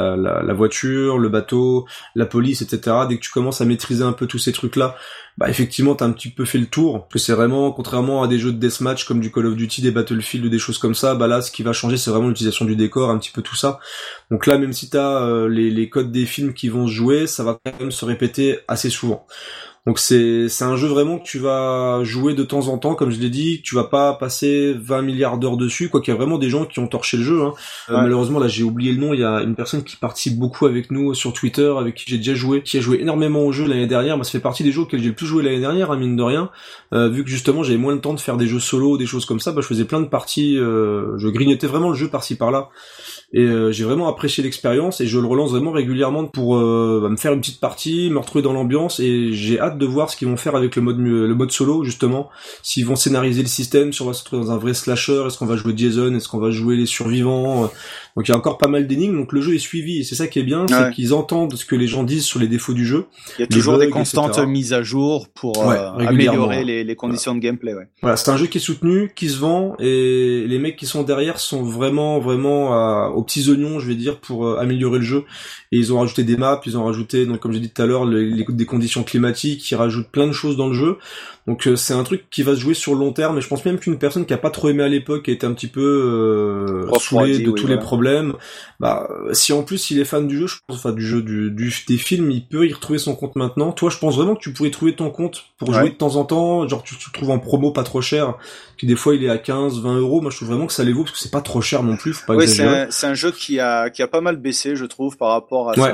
la voiture, le bateau, la police, etc. Dès que tu commences à maîtriser un peu tous ces trucs-là, effectivement t'as un petit peu fait le tour, parce que c'est vraiment, contrairement à des jeux de deathmatch comme du Call of Duty, des Battlefield ou des choses comme ça, là ce qui va changer c'est vraiment l'utilisation du décor, un petit peu tout ça. Donc là même si t'as les codes des films qui vont se jouer, ça va quand même se répéter assez souvent. Donc c'est un jeu vraiment que tu vas jouer de temps en temps, comme je l'ai dit, tu vas pas passer 20 milliards d'heures dessus, quoi qu'il y a vraiment des gens qui ont torché le jeu. Malheureusement là j'ai oublié le nom, il y a une personne qui participe beaucoup avec nous sur Twitter, avec qui j'ai déjà joué, qui a joué énormément au jeu l'année dernière. Moi ça fait partie des jeux auxquels j'ai le plus joué l'année dernière, mine de rien, vu que justement j'avais moins le temps de faire des jeux solo, des choses comme ça, je faisais plein de parties, je grignotais vraiment le jeu par-ci par-là. Et j'ai vraiment apprécié l'expérience, et je le relance vraiment régulièrement pour me faire une petite partie, me retrouver dans l'ambiance, et j'ai hâte de voir ce qu'ils vont faire avec le mode solo, justement, s'ils vont scénariser le système, si on va se retrouver dans un vrai slasher, est-ce qu'on va jouer Jason, est-ce qu'on va jouer les survivants, Donc il y a encore pas mal d'énigmes, donc le jeu est suivi, et c'est ça qui est bien, c'est qu'ils entendent ce que les gens disent sur les défauts du jeu. Il y a toujours des constantes mises à jour pour améliorer les conditions de gameplay. Ouais. Voilà, c'est un jeu qui est soutenu, qui se vend, et les mecs qui sont derrière sont vraiment aux petits oignons, je vais dire, pour améliorer le jeu. Et ils ont rajouté des maps, ils ont rajouté, donc comme j'ai dit tout à l'heure, des conditions climatiques, ils rajoutent plein de choses dans le jeu. Donc c'est un truc qui va se jouer sur le long terme, et je pense même qu'une personne qui a pas trop aimé à l'époque, qui était un petit peu saoulée de tous les problèmes, bah si en plus il est fan du jeu, je pense, enfin du jeu, des films, il peut y retrouver son compte maintenant. Toi, je pense vraiment que tu pourrais trouver ton compte pour jouer de temps en temps, genre tu le trouves en promo pas trop cher, puis des fois il est à 15-20 €. Moi je trouve vraiment que ça les vaut, parce que c'est pas trop cher non plus, faut pas exagérer. C'est un jeu qui a pas mal baissé, je trouve, par rapport à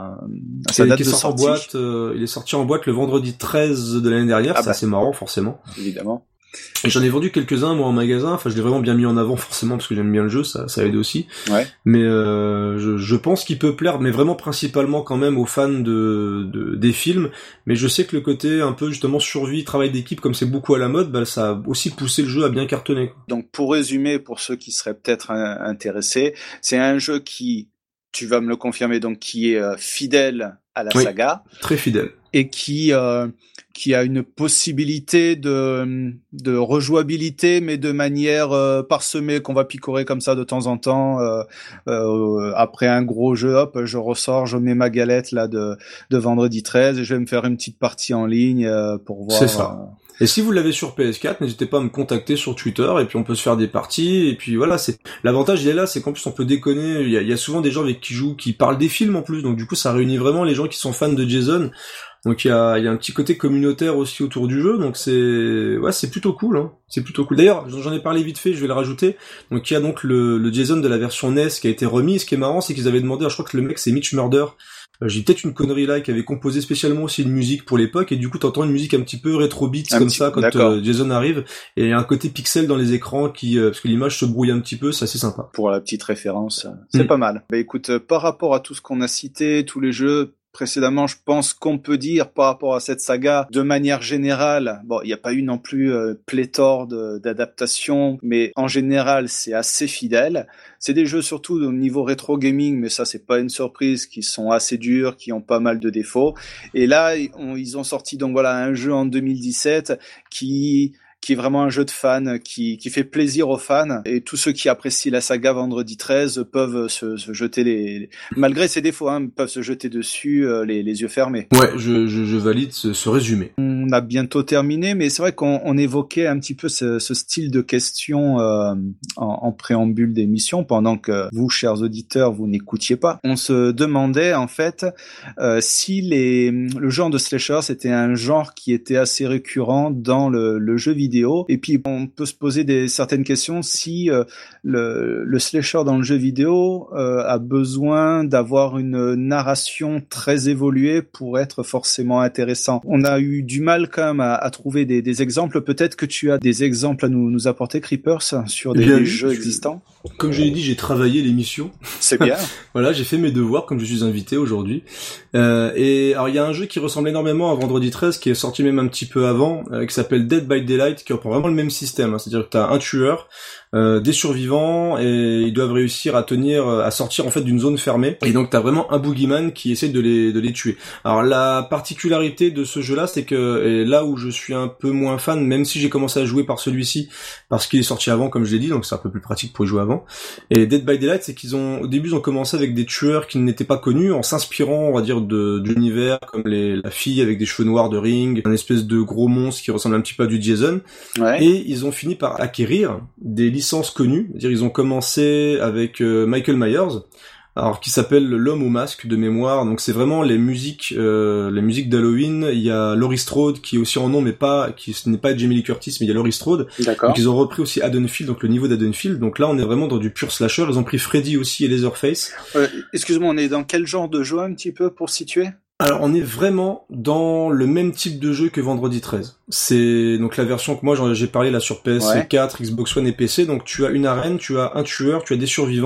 sa date de sortie. Il est sorti en boîte le vendredi 13 de l'année dernière, c'est assez marrant forcément. Évidemment. Et j'en ai vendu quelques-uns moi en magasin, enfin je l'ai vraiment bien mis en avant forcément parce que j'aime bien le jeu, ça aide aussi. Ouais. Mais je pense qu'il peut plaire, mais vraiment principalement quand même aux fans des films. Mais je sais que le côté un peu justement survie, travail d'équipe, comme c'est beaucoup à la mode, bah ça a aussi poussé le jeu à bien cartonner. Donc pour résumer, pour ceux qui seraient peut-être intéressés, c'est un jeu qui, tu vas me le confirmer, donc qui est fidèle à la saga. Très fidèle. Et qui a une possibilité de rejouabilité, mais de manière parsemée, qu'on va picorer comme ça de temps en temps. Après un gros jeu, hop, je ressors, je mets ma galette là de vendredi 13 et je vais me faire une petite partie en ligne pour voir. C'est ça. Et si vous l'avez sur PS4, n'hésitez pas à me contacter sur Twitter, et puis on peut se faire des parties, et puis voilà, l'avantage il est là, c'est qu'en plus on peut déconner, il y a souvent des gens avec qui jouent, qui parlent des films en plus, donc du coup ça réunit vraiment les gens qui sont fans de Jason, donc il y a un petit côté communautaire aussi autour du jeu, donc c'est plutôt cool, hein. C'est plutôt cool. D'ailleurs, j'en ai parlé vite fait, je vais le rajouter, donc il y a donc le Jason de la version NES qui a été remis, ce qui est marrant, c'est qu'ils avaient demandé, je crois que le mec c'est Mitch Murder, j'ai peut-être une connerie là, qui avait composé spécialement aussi une musique pour l'époque, et du coup t'entends une musique un petit peu rétro beats comme ça quand Jason arrive, et il y a un côté pixel dans les écrans parce que l'image se brouille un petit peu, c'est assez sympa. Pour la petite référence, c'est pas mal. Bah écoute, par rapport à tout ce qu'on a cité, tous les jeux précédemment, je pense qu'on peut dire par rapport à cette saga, de manière générale, bon, il n'y a pas eu non plus pléthore d'adaptations, mais en général, c'est assez fidèle. C'est des jeux surtout au niveau rétro gaming, mais ça, c'est pas une surprise, qui sont assez durs, qui ont pas mal de défauts. Et là, ils ont sorti donc voilà un jeu en 2017 qui est vraiment un jeu de fans, qui fait plaisir aux fans, et tous ceux qui apprécient la saga Vendredi 13 peuvent se jeter malgré ses défauts, peuvent se jeter dessus les yeux fermés. Ouais, je valide ce résumé. On a bientôt terminé, mais c'est vrai qu'on évoquait un petit peu ce style de questions en préambule d'émission, pendant que vous, chers auditeurs, vous n'écoutiez pas. On se demandait en fait si le genre de slasher, c'était un genre qui était assez récurrent dans le jeu vidéo. Et puis on peut se poser certaines questions si le slasher dans le jeu vidéo a besoin d'avoir une narration très évoluée pour être forcément intéressant. On a eu du mal quand même à trouver des exemples. Peut-être que tu as des exemples à nous apporter, Creepers, sur des jeux existants. Comme je l'ai dit, j'ai travaillé l'émission. C'est bien. Voilà, j'ai fait mes devoirs comme je suis invité aujourd'hui. Et alors il y a un jeu qui ressemble énormément à Vendredi 13, qui est sorti même un petit peu avant, qui s'appelle Dead by Daylight, qui reprend vraiment le même système, c'est-à-dire que t'as un tueur, des survivants, et ils doivent réussir à sortir en fait d'une zone fermée, et donc t'as vraiment un boogeyman qui essaie de les tuer. Alors la particularité de ce jeu-là, c'est que, et là où je suis un peu moins fan, même si j'ai commencé à jouer par celui-ci, parce qu'il est sorti avant, comme je l'ai dit, donc c'est un peu plus pratique pour y jouer avant. Et Dead by Daylight, c'est au début ils ont commencé avec des tueurs qui n'étaient pas connus, en s'inspirant, on va dire, de l'univers, comme la fille avec des cheveux noirs de Ring, un espèce de gros monstre qui ressemble un petit peu à du Jason. Ouais. Et ils ont fini par acquérir des licences connues, c'est-à-dire ils ont commencé avec Michael Myers, alors qui s'appelle L'Homme au masque de mémoire, donc c'est vraiment les musiques d'Halloween. Il y a Laurie Strode qui est aussi en nom, mais ce n'est pas Jamie Lee Curtis, mais il y a Laurie Strode. D'accord. Donc ils ont repris aussi Haddonfield, donc le niveau d'Haddonfield, donc là on est vraiment dans du pur slasher. Ils ont pris Freddy aussi et Leatherface. Excuse-moi, on est dans quel genre de jeu un petit peu pour situer ? Alors on est vraiment dans le même type de jeu que Vendredi 13. C'est donc la version que moi j'ai parlé là sur PS4, Xbox One et PC. Donc tu as une arène, tu as un tueur, tu as des survivants,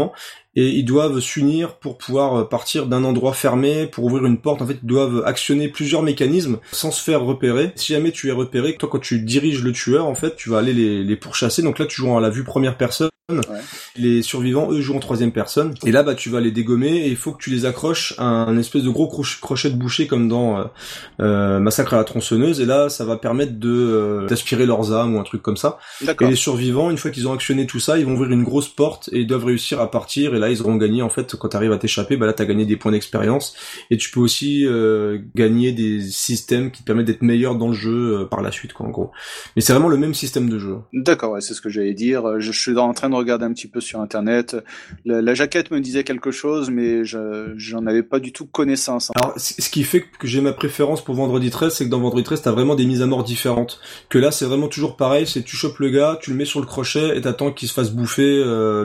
et ils doivent s'unir pour pouvoir partir d'un endroit fermé, pour ouvrir une porte. En fait, ils doivent actionner plusieurs mécanismes sans se faire repérer. Si jamais tu es repéré, toi, quand tu diriges le tueur, en fait, tu vas aller les pourchasser. Donc là, tu joues à la vue première personne. Ouais. Les survivants, eux, jouent en troisième personne. Et là, tu vas les dégommer et il faut que tu les accroches à un espèce de gros crochet de boucher comme dans Massacre à la tronçonneuse. Et là, ça va permettre d'aspirer leurs âmes ou un truc comme ça. D'accord. Et les survivants, une fois qu'ils ont actionné tout ça, ils vont ouvrir une grosse porte et ils doivent réussir à partir. Et là, ils auront gagné, en fait, quand t'arrives à t'échapper, là, t'as gagné des points d'expérience. Et tu peux aussi gagner des systèmes qui te permettent d'être meilleur dans le jeu par la suite, quoi, en gros. Mais c'est vraiment le même système de jeu. D'accord, ouais, c'est ce que j'allais dire. Je suis en train de regarder un petit peu sur Internet. La jaquette me disait quelque chose, mais j'en avais pas du tout connaissance. Alors, ce qui fait que j'ai ma préférence pour Vendredi 13, c'est que dans Vendredi 13, t'as vraiment des mises à mort différentes. Que là, c'est vraiment toujours pareil, c'est tu chopes le gars, tu le mets sur le crochet et t'attends qu'il se fasse bouffer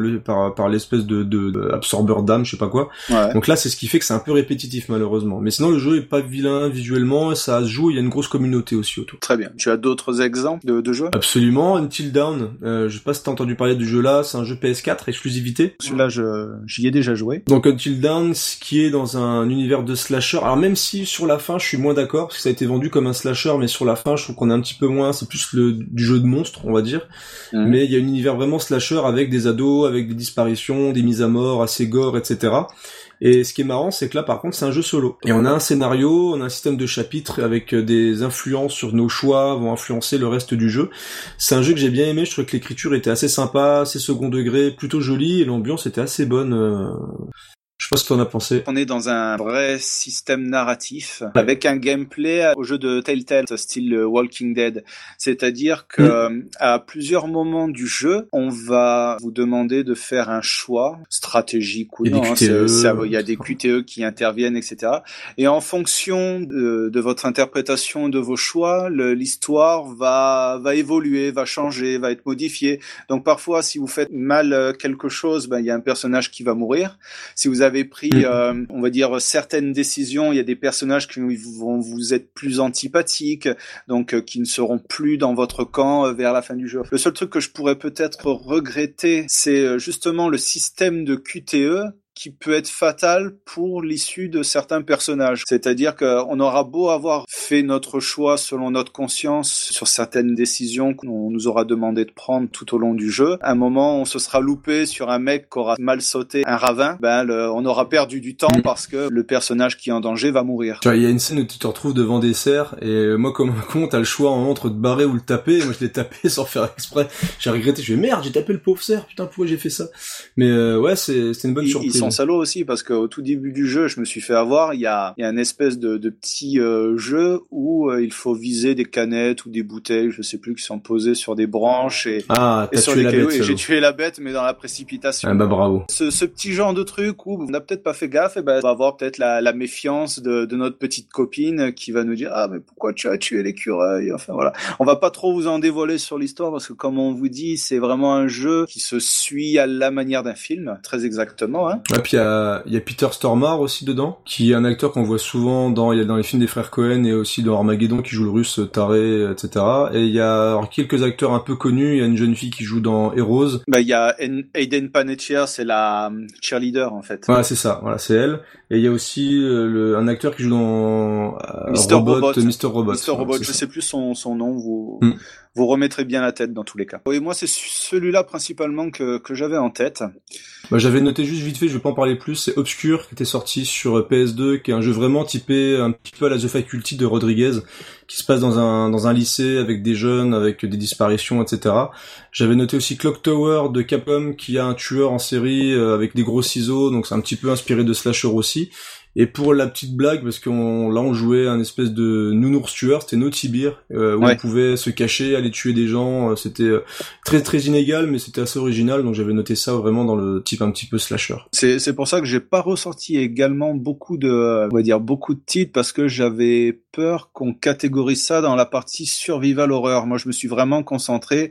par l'espèce de absorbeur d'âme, je sais pas quoi. Ouais. Donc là, c'est ce qui fait que c'est un peu répétitif, malheureusement. Mais sinon, le jeu est pas vilain visuellement, ça se joue, il y a une grosse communauté aussi autour. Très bien. Tu as d'autres exemples de jeux ? Absolument. Until Dawn, je sais pas si t'as entendu parler du jeu là, c'est un jeu PS4, exclusivité. Celui-là, j'y ai déjà joué. Donc Until Dawn, ce qui est dans un univers de slasher. Alors même si sur la fin, je suis moins d'accord, parce que ça a été vendu comme un slasher, mais sur la fin, je trouve qu'on est un petit peu moins, c'est plus du jeu de monstre, on va dire. Mais il y a un univers vraiment slasher avec des ados, avec des disparitions, des mises à mort assez gore, etc. Et ce qui est marrant, c'est que là, par contre, c'est un jeu solo. Et on a un scénario, on a un système de chapitres avec des influences sur nos choix, vont influencer le reste du jeu. C'est un jeu que j'ai bien aimé, je trouvais que l'écriture était assez sympa, assez second degré, plutôt jolie, et l'ambiance était assez bonne. Je sais pas ce que t'en as pensé. On est dans un vrai système narratif avec un gameplay au jeu de Telltale, style Walking Dead. C'est-à-dire que à plusieurs moments du jeu, on va vous demander de faire un choix stratégique ou non. Il y a des QTE qui interviennent, etc. Et en fonction de votre interprétation de vos choix, l'histoire va évoluer, va changer, va être modifiée. Donc parfois, si vous faites mal quelque chose, il y a un personnage qui va mourir. Si vous avez pris, on va dire, certaines décisions, il y a des personnages qui vont vous être plus antipathiques, donc qui ne seront plus dans votre camp vers la fin du jeu. Le seul truc que je pourrais peut-être regretter, c'est justement le système de QTE qui peut être fatal pour l'issue de certains personnages. C'est-à-dire qu'on aura beau avoir fait notre choix selon notre conscience sur certaines décisions qu'on nous aura demandé de prendre tout au long du jeu. À un moment, on se sera loupé sur un mec qui aura mal sauté un ravin. On aura perdu du temps parce que le personnage qui est en danger va mourir. Tu vois, il y a une scène où tu te retrouves devant des cerfs et moi, comme un con, t'as le choix entre te barrer ou le taper. Moi, je l'ai tapé sans faire exprès. J'ai regretté. Je fais merde, j'ai tapé le pauvre cerf. Putain, pourquoi j'ai fait ça? Mais ouais, c'est une bonne surprise. Ils sont salauds aussi parce qu'au tout début du jeu, je me suis fait avoir. Il y a une espèce de petit jeu où il faut viser des canettes ou des bouteilles, je sais plus, qui sont posées sur des branches et sur des cailloux. Et j'ai tué la bête, mais dans la précipitation. Ah bah bravo. Ce petit genre de truc où on n'a peut-être pas fait gaffe, et on va avoir peut-être la méfiance de notre petite copine qui va nous dire ah mais pourquoi tu as tué l'écureuil. Enfin voilà, on va pas trop vous en dévoiler sur l'histoire parce que comme on vous dit, c'est vraiment un jeu qui se suit à la manière d'un film, très exactement. Hein. Et puis il y a Peter Stormare aussi dedans, qui est un acteur qu'on voit souvent dans les films des frères Cohen et aussi dans Armageddon qui joue le russe taré, etc. Et il y a quelques acteurs un peu connus. Il y a une jeune fille qui joue dans Heroes. Il y a Hayden Panettiere, c'est la cheerleader en fait. Voilà, c'est ça. Voilà, c'est elle. Et il y a aussi un acteur qui joue dans Mr. Robot. Mr. Robot. Je sais plus son nom. Vous remettrez bien la tête dans tous les cas. Et moi, c'est celui-là principalement que j'avais en tête. J'avais noté juste vite fait, je vais pas en parler plus, c'est Obscure, qui était sorti sur PS2, qui est un jeu vraiment typé un petit peu à la The Faculty de Rodriguez, qui se passe dans un lycée avec des jeunes, avec des disparitions, etc. J'avais noté aussi Clock Tower de Capcom, qui a un tueur en série avec des gros ciseaux, donc c'est un petit peu inspiré de slasher aussi. Et pour la petite blague, parce on jouait un espèce de nounours tueur, c'était Naughty Beer, où on pouvait se cacher, aller tuer des gens, c'était très très inégal, mais c'était assez original, donc j'avais noté ça vraiment dans le type un petit peu slasher. C'est pour ça que j'ai pas ressorti également beaucoup de titres, parce que j'avais peur qu'on catégorise ça dans la partie survival horror. Moi, je me suis vraiment concentré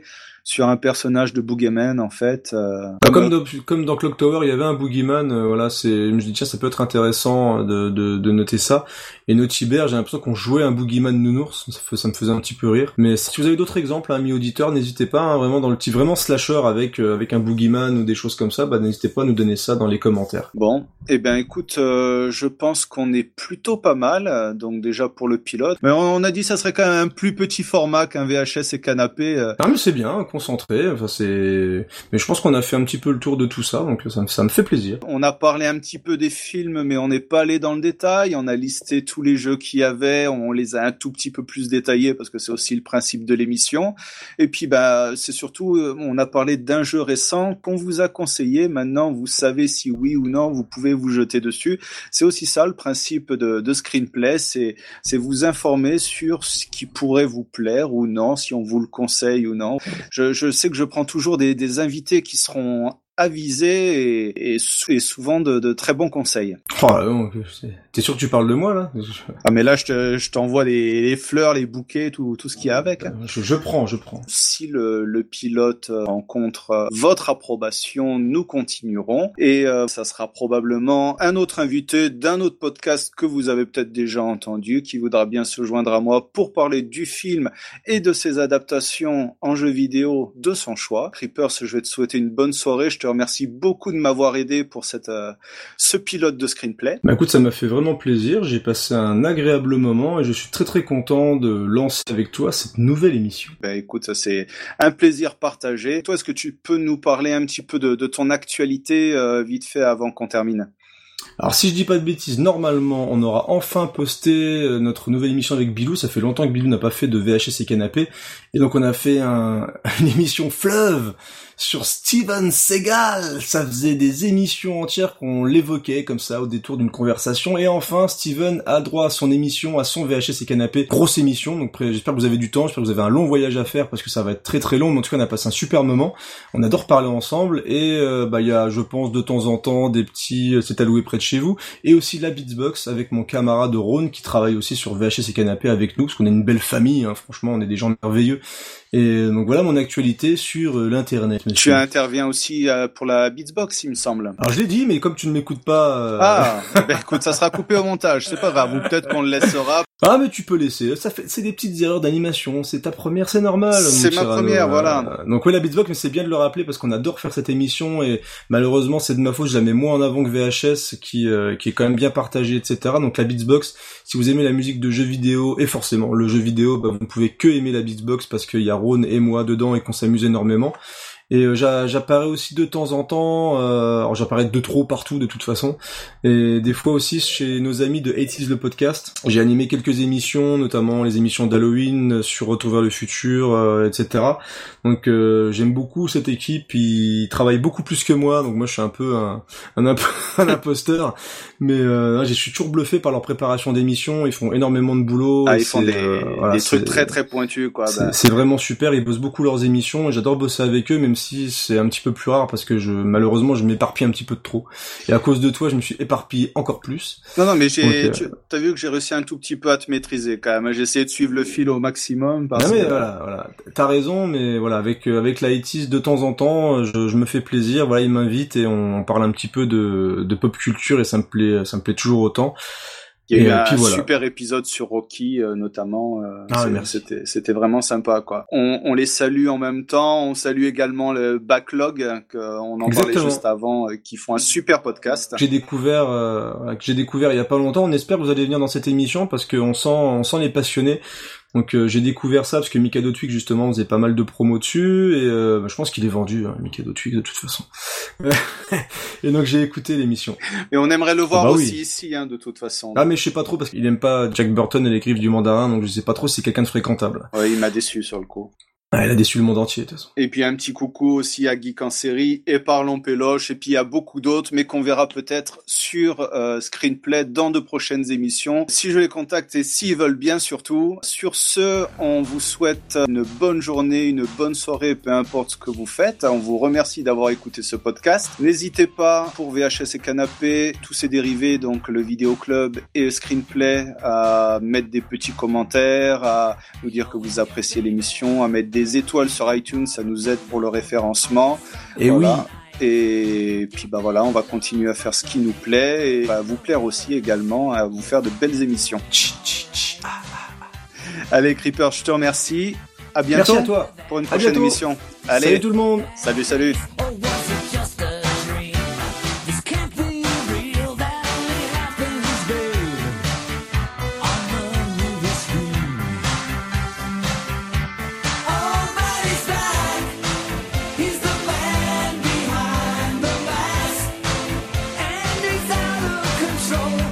sur un personnage de Boogeyman en fait. Comme dans Clock Tower, il y avait un Boogeyman. Je me dis tiens, ça peut être intéressant de noter ça. Et Naughty Bear, j'ai l'impression qu'on jouait un Boogeyman nounours. Ça me faisait un petit peu rire. Mais si vous avez d'autres exemples, amis auditeurs, n'hésitez pas. Hein, vraiment dans le petit vraiment slasher avec un Boogeyman ou des choses comme ça, n'hésitez pas à nous donner ça dans les commentaires. Bon, eh ben écoute, je pense qu'on est plutôt pas mal. Donc déjà pour le pilote, mais on a dit ça serait quand même un plus petit format qu'un VHS et canapé. Ah mais c'est bien, concentré. Enfin mais je pense qu'on a fait un petit peu le tour de tout ça, donc ça me fait plaisir. On a parlé un petit peu des films, mais on n'est pas allé dans le détail. On a listé tous les jeux qu'il y avait, on les a un tout petit peu plus détaillés parce que c'est aussi le principe de l'émission. Et puis c'est surtout, on a parlé d'un jeu récent qu'on vous a conseillé. Maintenant, vous savez si oui ou non, vous pouvez vous jeter dessus. C'est aussi ça le principe de Screenplay, c'est vous informer sur ce qui pourrait vous plaire ou non, si on vous le conseille ou non. Je sais que je prends toujours des invités qui seront avisés et souvent de très bons conseils. Oh, t'es sûr que tu parles de moi là? Ah mais là je t'envoie les fleurs, les bouquets, tout ce qu'il y a avec. Je prends. Si le pilote rencontre votre approbation, nous continuerons et ça sera probablement un autre invité d'un autre podcast que vous avez peut-être déjà entendu, qui voudra bien se joindre à moi pour parler du film et de ses adaptations en jeux vidéo de son choix. Creepers, je vais te souhaiter une bonne soirée. Je te remercie beaucoup de m'avoir aidé pour ce pilote de Screenplay. Écoute, ça m'a fait vraiment plaisir. J'ai passé un agréable moment et je suis très très content de lancer avec toi cette nouvelle émission. Écoute, ça c'est un plaisir partagé. Toi, est-ce que tu peux nous parler un petit peu de ton actualité vite fait avant qu'on termine? Alors si je dis pas de bêtises, normalement on aura enfin posté notre nouvelle émission avec Bilou. Ça fait longtemps que Bilou n'a pas fait de VHS et canapé, et donc on a fait une émission fleuve sur Steven Seagal. Ça faisait des émissions entières qu'on l'évoquait comme ça au détour d'une conversation, et enfin Steven a droit à son émission, à son VHS et canapé, grosse émission. Donc j'espère que vous avez du temps, j'espère que vous avez un long voyage à faire parce que ça va être très très long, mais en tout cas on a passé un super moment, on adore parler ensemble, et il y a, je pense, de temps en temps des petits c'est alloué près de chez vous, et aussi la Beatsbox avec mon camarade Ron qui travaille aussi sur VHS et canapé avec nous, parce qu'on est une belle famille, hein, franchement on est des gens merveilleux. Et donc voilà mon actualité sur l'internet. Tu interviens aussi pour la Beatsbox, il me semble. Alors je l'ai dit, mais comme tu ne m'écoutes pas... Écoute, ça sera coupé au montage, c'est pas grave, ou peut-être qu'on le laissera. Ah mais tu peux laisser, c'est des petites erreurs d'animation, c'est ta première, c'est normal. C'est ma première, voilà. Donc ouais, la Beatsbox, mais c'est bien de le rappeler parce qu'on adore faire cette émission, et malheureusement c'est de ma faute, je la mets moins en avant que VHS qui est quand même bien partagé, etc. Donc la Beatsbox, si vous aimez la musique de jeux vidéo, et forcément le jeu vidéo, vous ne pouvez que aimer la Beatsbox parce qu'il y a Ron et moi dedans et qu'on s'amuse énormément. Et j'apparais aussi de temps en temps, alors j'apparais de trop partout de toute façon, et des fois aussi chez nos amis de 80's le podcast. J'ai animé quelques émissions, notamment les émissions d'Halloween sur Retour vers le futur, etc. Donc j'aime beaucoup cette équipe, ils travaillent beaucoup plus que moi, donc moi je suis un peu un imposteur, mais je suis toujours bluffé par leur préparation d'émissions, ils font énormément de boulot. Ils font des trucs très très pointus, quoi. C'est vraiment super, ils bossent beaucoup leurs émissions, et j'adore bosser avec eux, même si c'est un petit peu plus rare parce que malheureusement je m'éparpille un petit peu de trop, et à cause de toi je me suis éparpillé encore plus. Non mais t'as vu que j'ai réussi un tout petit peu à te maîtriser quand même. J'ai essayé de suivre le fil au maximum voilà, t'as raison, mais voilà, avec la ITIS de temps en temps je me fais plaisir, voilà, ils m'invitent et on parle un petit peu de pop culture, et ça me plaît toujours autant. Il y a eu un super épisode sur Rocky, notamment. C'était vraiment sympa, quoi. On les salue en même temps. On salue également le Backlog, qu'on en parlait juste avant, qui font un super podcast. Que j'ai découvert il y a pas longtemps. On espère que vous allez venir dans cette émission parce qu'on sent les passionnés. Donc j'ai découvert ça parce que Mikado Twig justement faisait pas mal de promos dessus, et je pense qu'il est vendu, hein, Mikado Twig de toute façon. Et donc j'ai écouté l'émission. Et on aimerait le voir aussi ici, hein, de toute façon. Ah mais je sais pas trop parce qu'il aime pas Jack Burton et les griffes du mandarin, donc je sais pas trop si c'est quelqu'un de fréquentable. Ouais, il m'a déçu sur le coup. Il a déçu le monde entier, de toute façon. Et puis un petit coucou aussi à Geek en série et Parlons Péloche, et puis il y a beaucoup d'autres, mais qu'on verra peut-être sur Screenplay dans de prochaines émissions, si je les contacte et s'ils veulent bien surtout. Sur ce, on vous souhaite une bonne journée, une bonne soirée, peu importe ce que vous faites. On vous remercie d'avoir écouté ce podcast. N'hésitez pas, pour VHS et Canapé, tous ces dérivés, donc le Vidéo Club et Screenplay, à mettre des petits commentaires, à nous dire que vous appréciez l'émission, à mettre des étoiles sur iTunes, ça nous aide pour le référencement. Et voilà. Oui. Et puis voilà, on va continuer à faire ce qui nous plaît et à vous plaire aussi également, à vous faire de belles émissions. Allez Creeper, je te remercie. À bientôt. Merci à toi. Pour une prochaine émission. Allez. Salut tout le monde. Salut. Control.